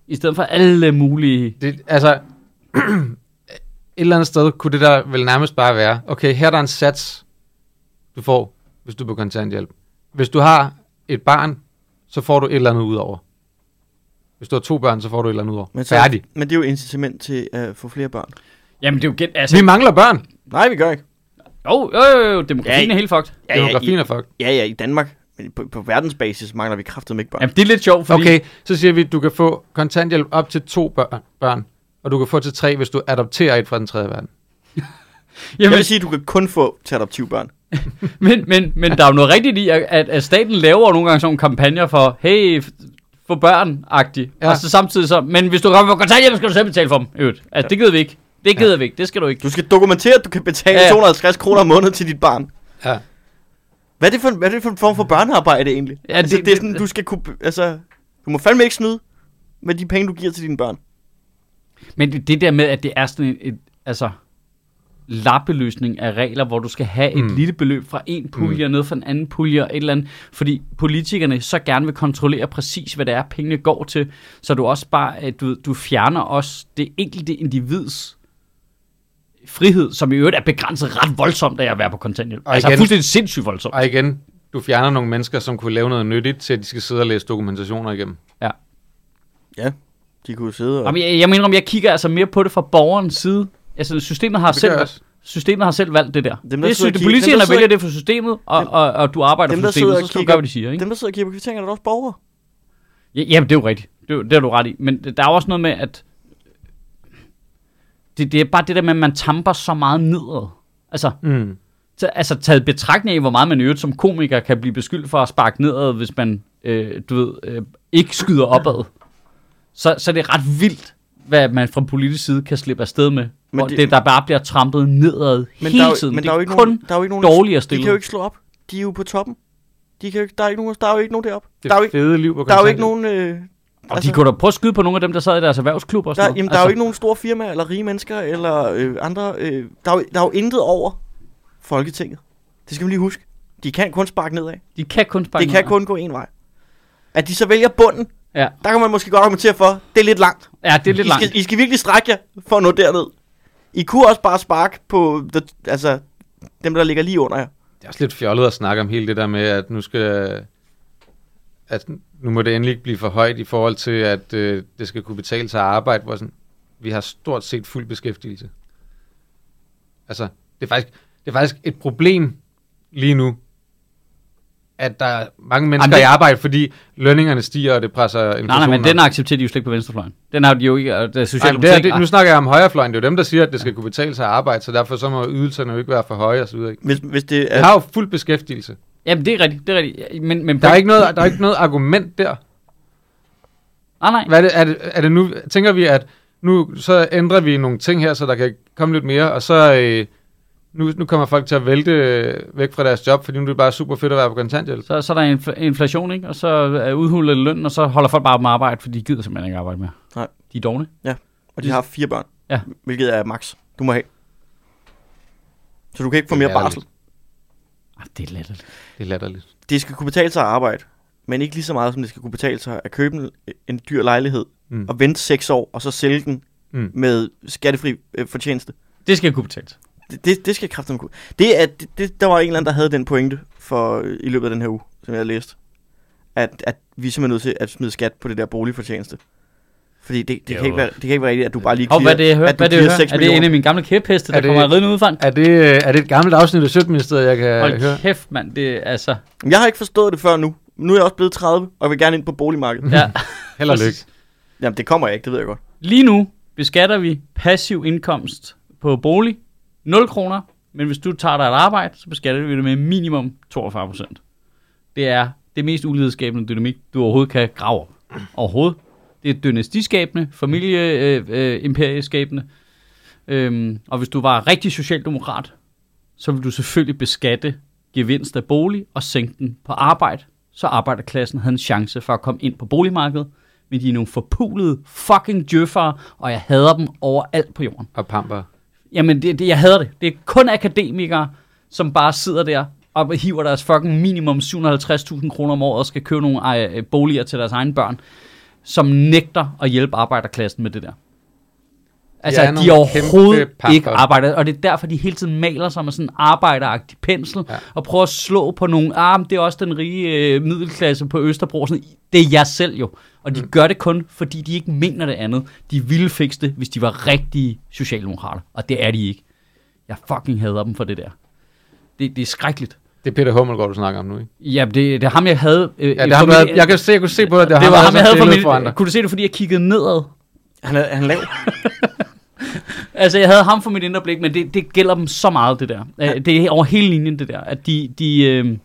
I stedet for alle mulige... Det, altså, et eller andet sted kunne det der vel nærmest bare være, okay, her er der en sats, du får, hvis du er på kontanthjælp. Hvis du har et barn, så får du et eller andet ud over. Hvis du har to børn, så får du et eller andet ud over. Men, så, Færdig. men det er jo incitament til at uh, få flere børn. Jamen, det er jo... Gen- altså, Vi mangler børn. Nej, vi gør ikke. Jo, jo, jo, jo, demografien Ja, er helt fucked. Ja, ja, Demografien i, er fucked. ja, ja, i Danmark. Men på, på verdensbasis mangler vi kraftedeme ikke børn. Jamen, det er lidt sjovt, fordi... Okay, så siger vi, at du kan få kontanthjælp op til to børn, børn, og du kan få til tre, hvis du adopterer et fra den tredje verden. Jeg Jamen, vil sige, at du kan kun få til adoptivbørn. men, men, men der er jo noget rigtigt i, at, at staten laver nogle gange sådan nogle kampagner for, hey, for børn-agtigt. Ja. Og så samtidig så, men hvis du kommer på kontanthjælp, skal du selv betale for dem. Øvrigt. Altså, det gider vi ikke. Det gider ja. vi ikke. Det skal du ikke. Du skal dokumentere, at du kan betale Ja, ja. to hundrede og halvtreds kroner om måneden til dit barn. Ja. Hvad er det for, hvad er det for en form for børnearbejde egentlig? Ja, altså, det- det, det er sådan, du skal kunne... Altså, du må fandme ikke snyde med de penge, du giver til dine børn. Men det, det der med, at det er sådan et, et altså, lappeløsning af regler, hvor du skal have et Mm. lille beløb fra en pulje mm. og ned fra en anden pulje og et eller andet, fordi politikerne så gerne vil kontrollere præcis, hvad det er, pengene går til, så du også bare, at du, du fjerner også det enkelte individs frihed, som i øvrigt er begrænset ret voldsomt af at være på kontanthjælp. Og Altså igen- fuldstændig sindssygt voldsomt. Og igen, du fjerner nogle mennesker, som kunne lave noget nyttigt, til at de skal sidde og læse dokumentationer igennem. Ja. Ja, de kunne sidde og... Jamen, jeg, jeg mener, om jeg kigger altså mere på det fra borgerens side. Altså, systemet har, Det selv, gør jeg også. systemet har selv valgt det der. Dem, der det sidder er og kigger- politikerne, dem, der der vælger sidder- det for systemet, og, dem- og, og du arbejder dem, for der systemet, sidder så og skal du kigger- gøre, hvad de siger, ikke? Dem, der sidder og kigger på kvitteringer, er der også borgere. Ja, jamen, det er jo rigtigt. Det, er, jo- det har du ret i. Men der er jo også noget med, at det, det er bare det der med, at man tamper så meget nedad. Altså, Mm. t- altså taget betragtning af, hvor meget man i øvrigt som komiker kan blive beskyldt for at sparke nedad, hvis man, øh, du ved, øh, ikke skyder opad. Så, så det er ret vildt, hvad man fra politisk side kan slippe afsted med. Men Og det- det, der bare bliver trampet nedad Men hele der er jo, tiden. men Det der er jo er ikke kun nogen, der er jo ikke nogen, dårligere De stillet. kan jo ikke slå op. De er jo på toppen. De kan jo ikke, der, er ikke nogen, der er jo ikke nogen deroppe. Det Der er jo ikke, fede liv på der er jo ikke kontanthjælp. nogen... Øh, Og de kunne da prøve at skyde på nogle af dem, der sad i deres erhvervsklub og der, sådan noget. jamen, der er jo ikke nogen store firmaer, eller rige mennesker, eller øh, andre... Øh, der, er jo, der er jo intet over Folketinget. Det skal vi lige huske. De kan kun sparke nedad. De kan kun sparke Det kan nedad. kun gå en vej. At de så vælger bunden, Ja. der kan man måske godt argumentere for, det er lidt langt. Ja, det er lidt I langt. skal, I skal virkelig strække jer for at nå derned. I kunne også bare sparke på the, altså, dem, der ligger lige under jer. Det er også lidt fjollet at snakke om hele det der med, at nu skal... At nu må det endelig ikke blive for højt i forhold til, at øh, det skal kunne betale sig at arbejde, hvor sådan, vi har stort set fuld beskæftigelse. Altså, det er faktisk, det er faktisk et problem lige nu, at der er mange mennesker Jamen, det- i arbejde, fordi lønningerne stiger, og det presser inflationen. Nej, nej, men op. den accepterer de jo slet ikke på venstrefløjen. Den har de jo ikke, og det er Ej, socialt men det er, det, nu snakker jeg om højrefløjen. Det er jo dem, der siger, at det skal kunne betale sig at arbejde, så derfor så må ydelserne jo ikke være for høje og så videre. Ikke? Hvis, hvis det Vi er, har jo fuld beskæftigelse. Jamen, det er rigtigt, det er rigtigt. Men, men Der er ikke noget, der er ikke noget argument der. Ah, nej. Hvad er det, er det, er det nu, tænker vi, at nu så ændrer vi nogle ting her, så der kan komme lidt mere, og så øh, nu, nu kommer folk til at vælte øh, væk fra deres job, fordi nu er det bare super fedt at være på kontanthjælp. Så, så er der infl- inflation, ikke? Og så er udhulet løn, og så holder folk bare med arbejde, for de gider simpelthen ikke arbejde mere. Nej. De er dogne. og de har fire børn, Ja. hvilket er max, du må have. Så du kan ikke få Det er mere barsel. latterligt. Ah, det er latterligt. Det er latterligt. Det skal kunne betale sig at arbejde, men ikke lige så meget, som det skal kunne betale sig at købe en, en dyr lejlighed, Mm. og vente seks år, og så sælge den Mm. med skattefri øh, fortjeneste. Det skal jeg kunne betale. Det, det, det skal kraften kunne. Det er, det, det, der var en eller anden, der havde den pointe for, øh, i løbet af den her uge, som jeg har læst. At, at vi er simpelthen nødt til at smide skat på det der boligfortjeneste. Fordi det, det, Jo. kan ikke være, det kan ikke være rigtigt, at du bare lige Og hvad er det, jeg hører? at du Hvad er det, jeg clearer hører? seks Er det en millioner. af mine gamle kæpheste, der Er det- kommer ridende udefra? Er det, øh, er det et gammelt afsnit af Sjøtministeriet, jeg kan Hold høre? kæft, mand. Det er altså... Jeg har ikke forstået det før nu. Nu er jeg også blevet tredive, og vil gerne ind på boligmarkedet. Ja. Held og lykke. Præcis. Jamen, det kommer jeg ikke, det ved jeg godt. Lige nu beskatter vi passiv indkomst på bolig nul kroner, men hvis du tager dig et arbejde, så beskatter vi det med minimum toogfyrre procent. Det er det mest ulighedsskabende dynamik, du overhovedet kan grave op. Overhovedet. Det er dynastiskabende, familieimperieskabende. Øh, øhm, og hvis du var rigtig socialdemokrat, så vil du selvfølgelig beskatte gevinst af bolig og sænke den på arbejde, så arbejderklassen havde en chance for at komme ind på boligmarkedet. Men de er nogle forpulede fucking djøffere, og jeg hader dem overalt på jorden. Og pamper. Jamen, det, det, jeg hader det. Det er kun akademikere, som bare sidder der og hiver deres fucking minimum syv hundrede og halvtreds tusind kroner om året og skal købe nogle øh, boliger til deres egne børn. som nægter at hjælpe arbejderklassen med det der. Altså, Ja, at de nogle overhovedet kæmpe pakker. ikke arbejder, og det er derfor, de hele tiden maler sig med sådan en arbejderagtig pensel, Ja. ja. og prøver at slå på nogle arm, det er også den rige øh, middelklasse på Østerbro, sådan, det er jeg selv jo, og de mm. gør det kun, fordi de ikke mener det andet. De ville fikse det, hvis de var rigtige socialdemokrater, og det er de ikke. Jeg fucking hader dem for det der. Det, det er skrækkeligt. Det er Peter Hummelgaard, du snakker om nu, ikke? Ja, det, det er ham, jeg havde... Øh, Ja, det har været, jeg, kan se, jeg kunne se på det, det, det var ham, jeg havde for for mit... andre. Kunne du se det, fordi jeg kiggede nedad? Han er, han er lav. Altså, jeg havde ham for mit indre blik, men det, det gælder dem så meget, det der. Ja. Det er over hele linjen, det der. At de, de, øh,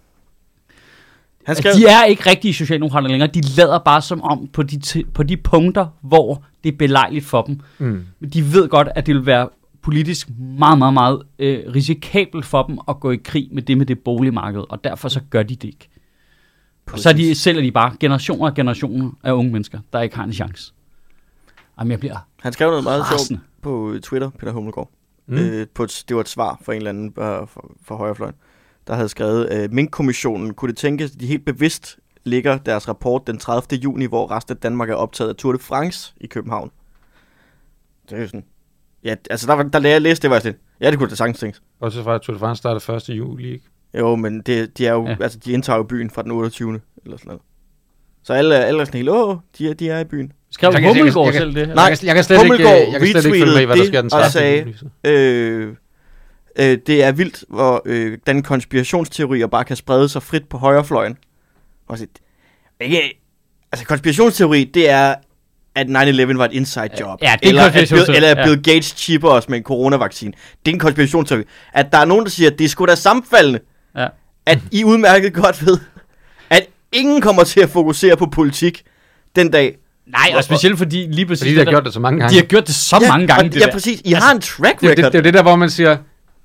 Han skrev, at de er ikke rigtige socialdemokrater længere. De lader bare som om på de, t- på de punkter, hvor det er belejligt for dem. Mm. Men de ved godt, at det vil være politisk meget, meget, meget øh, risikabelt for dem at gå i krig med det med det boligmarked. Og derfor så gør de det ikke. Og så er de, sælger de bare generationer og generationer af unge mennesker, der ikke har en chance. Jamen, jeg bliver han skrev noget meget sjovt rasende. på Twitter, Peter Hummelgaard. Mm. Øh, på et, det var et svar fra en eller anden øh, fra, fra højrefløjen, der havde skrevet, øh, Mink-kommissionen, kunne det tænkes, at de helt bevidst ligger deres rapport den tredivte juni, hvor resten af Danmark er optaget af Tour de France i København. Det er jo sådan... Ja, altså der, var, der lærte jeg læse, det var sådan, ja, det kunne da sagtens tænkes. Også fra, at Tour de France starter første juli, ikke? Jo, men det, de er jo, Ja. ja. altså de indtager jo byen fra den otteogtyvende eller sådan noget. Så alle, alle er sådan helt, åh, de er, de er i byen. Skrev Jeg kan- Hummelgaard jeg kan- selv det? Nej, jeg, kan, jeg kan slet ikke, Hummelgaard jeg kan slet ikke følge med i, hvad der sker den retweetede det og tredivte sagde- juli. så. Øh, øh, det er vildt, hvor øh, den konspirationsteorier bare kan sprede sig frit på højrefløjen. Og så, ikke, altså konspirationsteori, det er, at nine eleven var et inside job. Ja, det er eller, at Bill, konspirationsteori, eller at ja. Bill Gates chipper os med en coronavaccine. Det er en konspirationsteori. At der er nogen, der siger, at det er sgu da sammenfaldende, Ja. at I udmærket godt ved, at ingen kommer til at fokusere på politik den dag. Nej, og specielt fordi lige præcis... Fordi de har det gjort der, det så mange gange. de har gjort det så ja, mange gange, og, det ja, der. præcis. I har en track Det, record. det, det er det der, hvor man siger,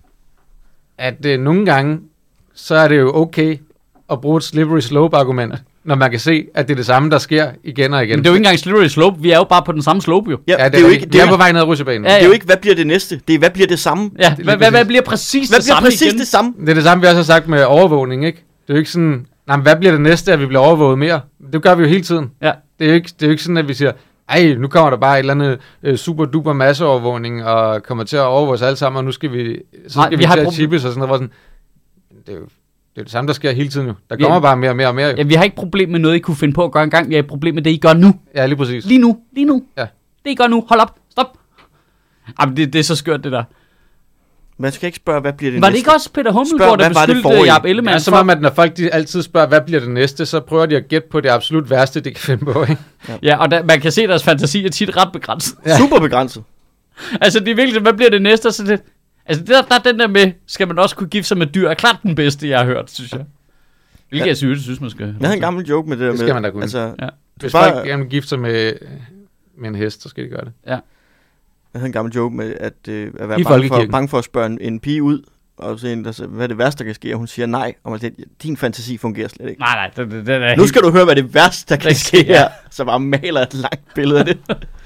at øh, nogle gange, så er det jo okay at bruge et slippery slope argument, når man kan se, at det er det samme, der sker igen og igen. Men det er jo ikke engang slippery slope, vi er jo bare på den samme slope jo. Ja, Ja, det er jo ikke, det det er er jo på vej ned ad rutsjebanen. Ja, Det er jo ikke, hvad bliver det næste? Det er, hvad bliver det samme? Ja, lige hvad, hvad, præcis. hvad bliver præcis Hvad det bliver samme præcis igen? det samme? Det er det samme, vi også har sagt med overvågning, ikke? Det er jo ikke sådan, nej, men hvad bliver det næste, at vi bliver overvåget mere? Det gør vi jo hele tiden. Ja. Det er jo ikke, det er jo ikke sådan, at vi siger, ej, nu kommer der bare et eller andet øh, super duper masseovervågning, og kommer til at overvåge os alle sammen, og nu skal vi, så Nej, skal vi vi, har til at proble- chippes og sådan noget. Hvor sådan, det er jo det, er det samme, der sker hele tiden jo. Der Vi- kommer bare mere og mere og mere. Jo. Ja, vi har ikke problem med noget, I kunne finde på at gøre engang. Vi har et problem med det, I gør nu. Ja, lige præcis. Lige nu. Lige nu. Ja. Det, I gør nu. Hold op. Stop. Jamen, det, det er så skørt, det der. Man skal ikke spørge, hvad bliver det Var det næste? ikke også Peter Spørg, Hummelgaard, der hvad var det beskyldte forrige? Jacob Det Ellemann er som for... om, at når folk de altid spørger, hvad bliver det næste, så prøver de at gætte på det absolut værste, de kan finde på. Ikke? Ja, og der, man kan se, at deres fantasi er tit ret begrænset. Ja. Super begrænset. Altså, det er virkelig, hvad bliver det næste? Så det, altså, der, der er den der med, skal man også kunne gifte sig med dyr, er klart den bedste, jeg har hørt, synes jeg. Hvilket Ja. jeg synes, synes man skal. Jeg havde en gammel joke med det der Det med... skal man da kunne. Altså, Ja. Hvis bare- folk gerne vil gifte sig med, med en hest, så skal de gøre det. jeg havde en gammel joke med at, øh, at være I bange for, folkekirken. bange for at spørge en, en pige ud, og så en, der siger, hvad er det værste, der kan ske? Og hun siger nej, og man siger, din fantasi fungerer slet ikke. Nej, nej, det, det, det er Nu skal du høre, hvad det værste, der kan Det ske sker. her. Så bare maler et langt billede af det.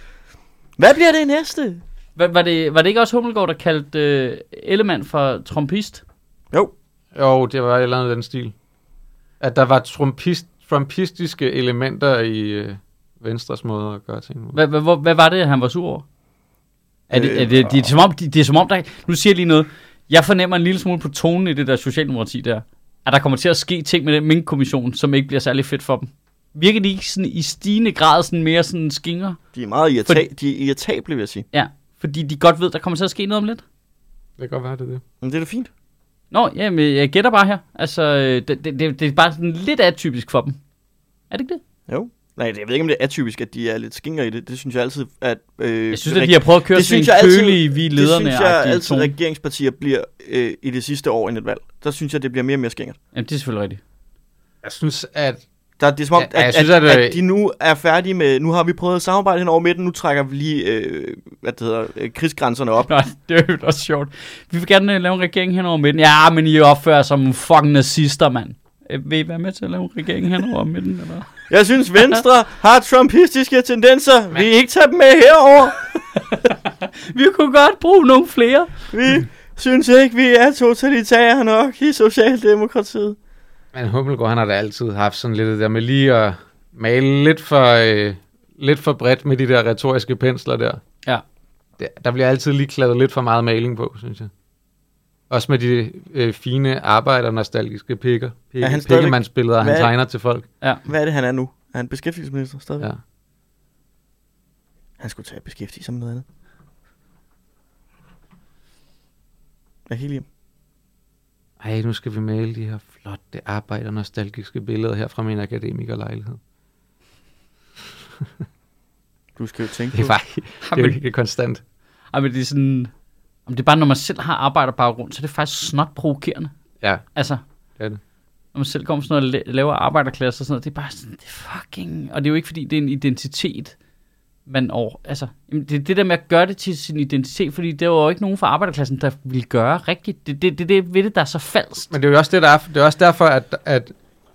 Hvad bliver det næste? Var, var, det, var det ikke også Hummelgaard, der kaldte øh, Ellemann for trumpist? Jo, Jo, det var et eller andet i den stil. At der var trumpist, trumpistiske elementer i øh, Venstres måde at gøre ting. Hvad, hvad, hvad, hvad var det, han var sur over? Er det, Øh, er det, det, det, er som om, det, det er som om, der... Nu siger jeg lige noget. Jeg fornemmer en lille smule på tonen i det der socialdemokrati der. At der kommer til at ske ting med den Mink-kommission, som ikke bliver særlig fedt for dem. Virker de ikke sådan i stigende grad sådan mere sådan skinger? de er meget irrita- Fordi- de er irritable, vil jeg sige. Ja, fordi de godt ved, der kommer til at ske noget om lidt. Det kan godt være, det er det. Men det er da fint. Nå, jamen, jeg gætter bare her. Altså, øh, det, det, det, det er bare sådan lidt atypisk for dem. Er det ikke det? Jo. Nej, det- jeg ved ikke, om det er atypisk, at de er lidt skinger i det. Det synes jeg altid, at... Øh, Jeg synes, at de har prøvet at køre det sådan en synes jeg altid- kølig, vi lederne. Det synes jeg altid, at regeringspartier bliver øh, i det sidste år inden et valg. Der synes jeg, det bliver mere og mere skingert. Jamen, det er selvfølgelig rigtigt. Jeg synes, at Der, det er som om, Ja, at, jeg synes, at, at, at, øh, at de nu er færdige med... Nu har vi prøvet at samarbejde hen over midten. Nu trækker vi lige øh, hvad det hedder, øh, krigsgrænserne op. Nej, det er jo også sjovt. Vi vil gerne uh, lave en regering hen over midten. Ja, men I opfører som fucking nazister, mand. Uh, vil I være med til at lave en regering hen over midten, eller? Jeg synes, Venstre har trumpistiske tendenser. Vi ikke tage dem med herover. Vi kunne godt bruge nogle flere. Vi synes ikke, vi er totalitære nok i Socialdemokratiet. Men Hummelgaard, han har da altid haft sådan lidt det der med lige at male lidt for, øh, lidt for bredt med de der retoriske pensler der. Ja. Der, der bliver altid lige kladet lidt for meget maling på, synes jeg. Også med de øh, fine arbejder-nostalgiske pikker. Pikke, Er han stadigvæk- pikkemandsbilleder, han Hvad er- tegner til folk. Ja. Hvad er det, han er nu? Er han beskæftigelsesminister stadigvæk? Ja. Han skulle tage beskæftigelse sig med noget andet. Jeg er helt hjem. Ej, nu skal vi male de her flotte arbejder-nostalgiske billeder her fra min akademikerlejlighed. Du skal jo tænke Det er, på... bare, det er jo ikke konstant. Ej, men det er sådan... Om det er bare, når man selv har arbejderbaggrund, så er det faktisk snot provokerende. Ja, Altså, det er det. når man selv kommer sådan noget og la- laver arbejderklasse og sådan noget, det er bare sådan, det er fucking... Og det er jo ikke, fordi det er en identitet, man over... Altså, jamen, det er det der med at gøre det til sin identitet, fordi det var jo ikke nogen fra arbejderklassen, der ville gøre rigtigt. Det er det, det, det ved det, der er så falsk. Men det er jo også, det, der er, det er også derfor, at, at,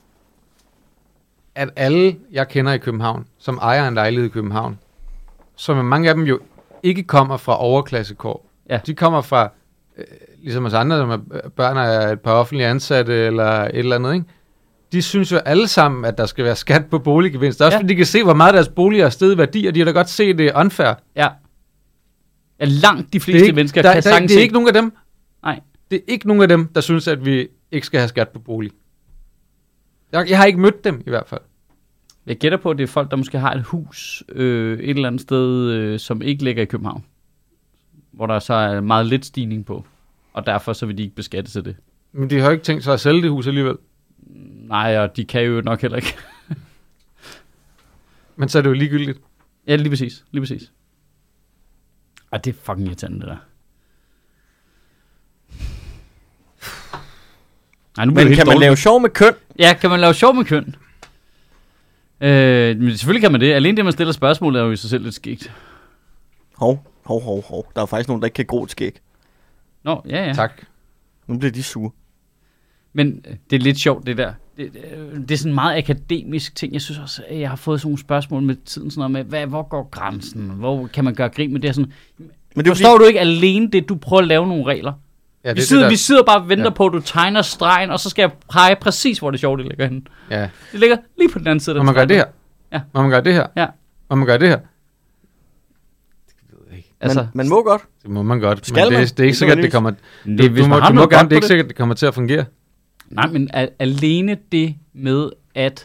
at alle, jeg kender i København, som ejer en lejlighed i København, som mange af dem jo ikke kommer fra overklassekår. Ja. De kommer fra, øh, ligesom os andre, som er børn af et par offentlige ansatte, eller et eller andet, ikke? De synes jo alle sammen, at der skal være skat på boliggevinst. Også Ja. fordi de kan se, hvor meget deres bolig er steget i værdi, og de har da godt se, det er unfair. Ja. Ja, langt de Det fleste er, ikke, mennesker der, kan der, sagtens det er se- ikke nogen af dem. Nej. Det er ikke nogen af dem, der synes, at vi ikke skal have skat på bolig. Jeg, jeg har ikke mødt dem i hvert fald. Jeg gætter på, at det er folk, der måske har et hus øh, et eller andet sted, øh, som ikke ligger i København. Hvor der så er meget lidt stigning på. Og derfor så vil de ikke beskatte til det. Men de har jo ikke tænkt sig at sælge det hus alligevel. Nej, og de kan jo nok heller ikke. Men så er det jo ligegyldigt. Ja, lige præcis. Lige præcis. Og det er fucking irriterende, det der. Ej, nu bliver Men det kan helt man dårligt. lave sjov med køn? Ja, kan man lave sjov med køn? Øh, men selvfølgelig kan man det. Alene det, man stiller spørgsmål, er jo i sig selv lidt skægt. Hov, hov, hov, hov. Der er jo faktisk nogen, der ikke kan gro et skæg. Nå, ja, ja. Tak. Nu bliver de sure. Men øh, det er lidt sjovt, det der. Det, øh, det er sådan en meget akademisk ting. Jeg synes også, at jeg har fået sådan nogle spørgsmål med tiden. Sådan noget med, hvad, hvor går grænsen? Hvor kan man gøre grin med det? Sådan, Men det er jo forstår fordi, du ikke alene det, du prøver at lave nogle regler? Ja, det vi, er sidder, det, vi der, sidder bare og venter Ja. på, at du tegner stregen, og så skal jeg pege præcis, hvor det sjovt det ligger henne. ja. Det ligger lige på den anden side. af Må man gøre det her? Ja. Må man gøre det her? Ja. Må man gøre det her? Altså, man, man må godt. Det må man godt. Skal men man? det, er, det er ikke Det sikkert, er det kommer... det, Du, hvis du man må, har du må noget gerne, godt det er på ikke sikkert, det kommer til at fungere. Nej, men a- alene det med, at...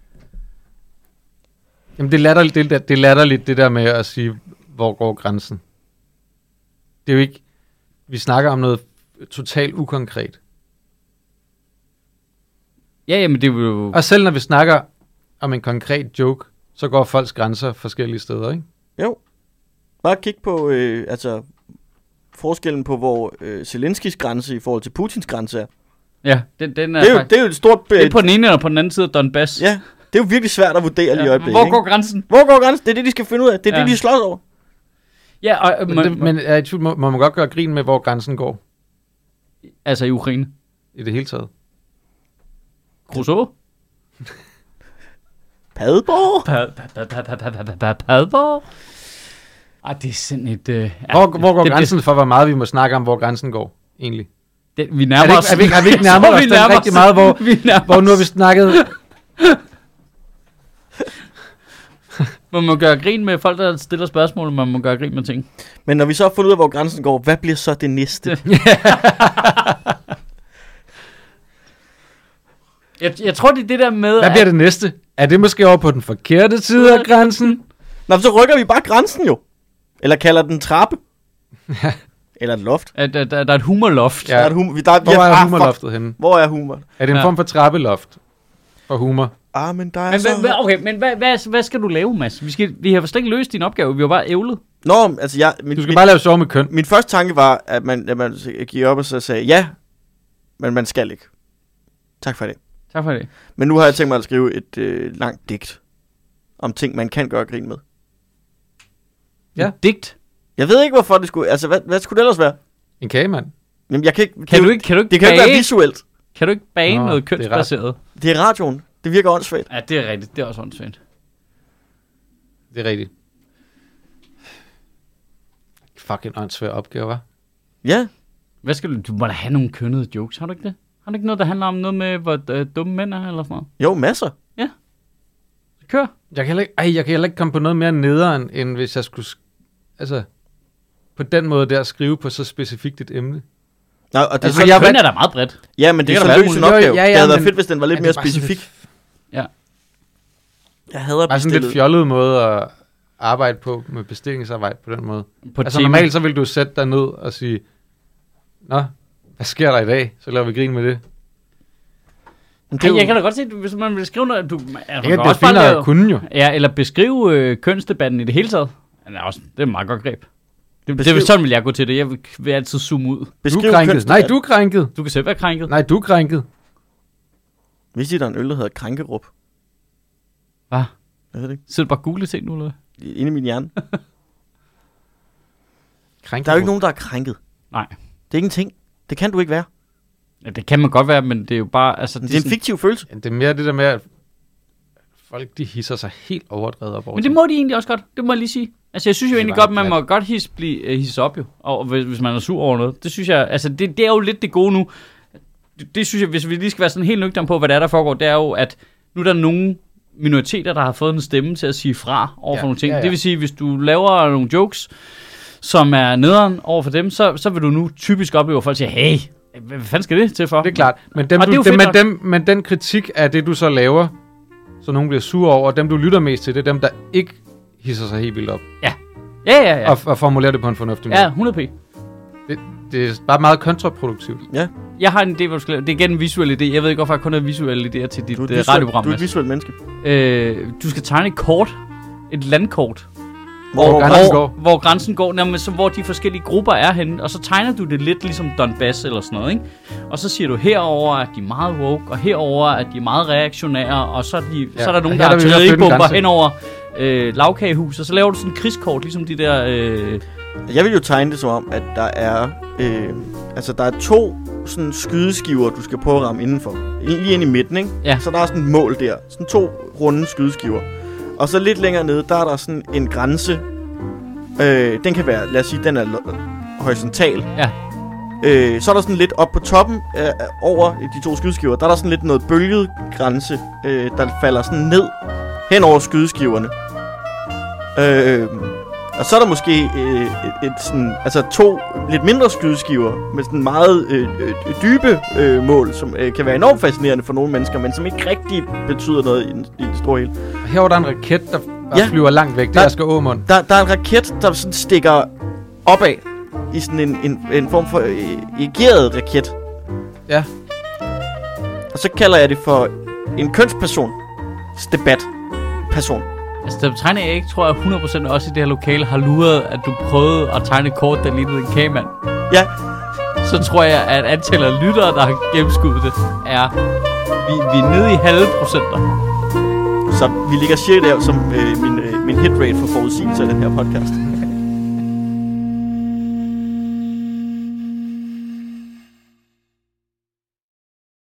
Jamen, det er latterligt det, der, det, er latterligt, det der med at sige, hvor går grænsen. Det er jo ikke... Vi snakker om noget totalt ukonkret. Ja, jamen det er jo... Og selv når vi snakker om en konkret joke, så går folks grænser forskellige steder, ikke? Jo. Bare kig på, øh, altså, forskellen på, hvor øh, Zelenskis grænse i forhold til Putins grænse er. Ja, den, den er, Det er, jo, faktisk- det er jo et stort... Øh, det er på den ene eller på den anden side af Donbass. ja, det er jo virkelig svært at vurdere lige i øjeblikket. Hvor ikke? går grænsen? Hvor går grænsen? Det er det, de skal finde ud af. Det er Ja. det, de slås over. Ja, og, øh, Men, man, det, men er i tvivl, må, må man godt gøre grin med, hvor grænsen går altså i Ukraine. i det hele taget? Crusoe? Padborg? Padborg? Ej, det er sådan et... Øh, ja, Hvor, hvor går det, grænsen for, hvor meget vi må snakke om, hvor grænsen går, egentlig? Det, det, vi Er nærmer det os... ikke, er vi, ikke- har vi ikke Jeg nærmet tror, os vi den nærmer rigtig os- meget, hvor, vi nærmer hvor nu har vi os- snakket... Man må gøre grin med folk, der stiller spørgsmål, og man må gøre grin med ting. Men når vi så har fundet ud af, hvor grænsen går, hvad bliver så det næste? Jeg, jeg tror, det er det der med... Hvad bliver det næste? Er det måske over på den forkerte side af grænsen? Nå, så rykker vi bare grænsen jo. Eller kalder den trappe. Eller et loft. At, at, at der er et humorloft. Ja. Der er et humor. Vi, der, Hvor vi har- er ah, fuck. humorloftet henne? Hvor er humor? Er det en Ja. form for trappeloft for humor? Ah, men der er Men, så... hvad, okay, men hvad, hvad, hvad skal du lave, Mads? Vi, skal, vi har slet ikke løst din opgave, vi har bare ævlet. Nå, altså jeg... Min, Du skal min, bare lave sjov med køn. min første tanke var, at man, at man gik op og så sagde, ja, men man skal ikke. Tak for det. Tak for det. Men nu har jeg tænkt mig at skrive et øh, langt digt om ting, man kan gøre grin med. Ja. Et digt. Jeg ved ikke, hvorfor det skulle... Altså, hvad, hvad skulle det ellers være? En kagemand. Jamen, jeg kan ikke... Kan det, du ikke, kan du ikke det kan jo ikke være bage, visuelt. kan du ikke bage Nå, noget det er kønsbaseret? Det er radioen. Det virker åndssvagt. Ja, det er rigtigt. Det er også åndssvagt. Det er rigtigt. Fucking åndssvær opgave, hva'? Ja. Hvad skal du... Du må da have nogle kønnede jokes, har du ikke det? Har du ikke noget, der handler om noget med, hvor øh, dumme mænd er, eller sådan noget? Jo, masser. Kør. Jeg kan heller ikke, ej, jeg kan heller ikke komme på noget mere nederen, end hvis jeg skulle, sk- altså, på den måde der skrive på så specifikt et emne. Nå, og det Altså, er så, jeg- Køn er da meget bredt. ja, men det, det er kan så da være løs en alt opgave. muligt. Ja, ja, det havde været men- fedt, hvis den var lidt Ja, mere det er bare sådan specifik. Ja. Jeg hader Bare sådan lidt bestillet. fjollet måde at arbejde på, med bestillingsarbejde på den måde. På Altså tema. normalt så vil du sætte dig ned og sige, nå, hvad sker der i dag? Så laver vi grin med det. Men det er Ej, jo- jeg kan da godt se, hvis man vil skrive noget, du, altså, Det, man det kan er også bare finere lave, at kunne jo. ja, eller beskrive øh, kønsdebatten i det hele taget. Det er, også, det er et meget godt greb. Det, Beskriv- det, sådan vil jeg gå til det. Jeg vil, vil altid zoome ud. Du Beskriv er krænket. kønsdebat. Nej, du er krænket. Du kan selv være krænket. Nej, du er krænket. Vidste I, der er en øl, der hedder Krænkerup? Hvad? Jeg ved det ikke. Sidder du bare og google ting nu, eller hvad? Inde i min hjerne. Krænket. Der er jo ikke nogen, der er krænket. Nej. Det er ikke en ting. Det kan du ikke være. Ja, det kan man godt være, men det er jo bare... Altså, Det er en sådan- fiktiv følelse. Ja, det er mere det der med, at folk de hisser sig helt overdrevet op over Men det må de egentlig også godt. Det må jeg lige sige. Altså, jeg synes jo Det er egentlig bare godt, man må glat. godt hisse, blive, uh, hisse op jo. Og hvis, hvis man er sur over noget. Det synes jeg... Altså, det, det er jo lidt det gode nu. Det, det synes jeg, hvis vi lige skal være sådan helt nøgtern på, hvad der er, der foregår, det er jo, at nu er der nogle minoriteter, der har fået en stemme til at sige fra over for Ja, nogle ting. ja, ja. Det vil sige, hvis du laver nogle jokes, som er nederen over for dem, så, så vil du nu typisk opleve, at folk siger, hey, hvad fanden skal det til for? Det er klart. Men, dem, Og det er du, jo dem, fedt men, nok. dem, men den kritik af det, du så laver, så nogen bliver sure over, og dem, du lytter mest til, det er dem, der ikke hisser sig helt vildt op. Ja, ja, ja. Og, og formulerer det på en fornuftig måde. Ja, hundrede p. Det, det er bare meget kontraproduktivt. Ja. Jeg har en idé, hvor du skal lave. Det er igen en visuel idé. Jeg ved ikke, hvorfor jeg kun har visuelle idéer til dit Du er et uh, visuelt, radioprogram. du er et Mads. visuelt menneske. Øh, du skal tegne et kort. Et landkort. Hvor, Hvor hvor, grænsen hvor, går. hvor grænsen går, jamen, så hvor de forskellige grupper er henne, og så tegner du det lidt ligesom Donbass eller sådan noget, ikke? Og så siger du herover at de er meget woke, og herover at de er meget reaktionære, og så er, de, Ja, så er der nogen, her der er har der ved at flytte en artilleribomber grænse. hen over øh, lavkagehus, og så laver du sådan et krigskort, ligesom de der... Øh, Jeg vil jo tegne det som om, at der er, øh, altså der er to sådan skydeskiver, du skal prøve at ramme indenfor. Lige ind i midten, ikke? Ja. Så der er sådan et mål der. Sådan to runde skydeskiver. Og så lidt længere nede, der er der sådan en grænse. Øh, den kan være, lad os sige, den er lo- horisontal. Ja. Øh, så er der sådan lidt op på toppen øh, over de to skydeskiver, der er der sådan lidt noget bølget grænse, øh, der falder sådan ned hen over skydeskiverne. Øh, og så er der måske øh, et, et sådan, altså to lidt mindre skydeskiver med sådan meget øh, øh, dybe øh, mål, som øh, kan være enormt fascinerende for nogle mennesker, men som ikke rigtig betyder noget i, den, i det store hele. Her var der en raket, der bare Ja. flyver langt væk. Det Der- er Asger Aamund. Der, der er en raket, der sådan stikker opad i sådan en, en, en form for øh, erigeret raket. Ja. Og så kalder jeg det for en kønsperson. Debat. Person. altså, der tegner jeg ikke, tror jeg, hundrede procent også i det her lokale har luret, at du prøvede at tegne et kort, der lignede en kagemand. Ja, Så tror jeg, at antallet af lyttere, der har gennemskuddet det, er... Vi, vi er nede i halve procenter. så vi ligger cirka der som øh, min, øh, min hitrate for forudsigelse af den her podcast.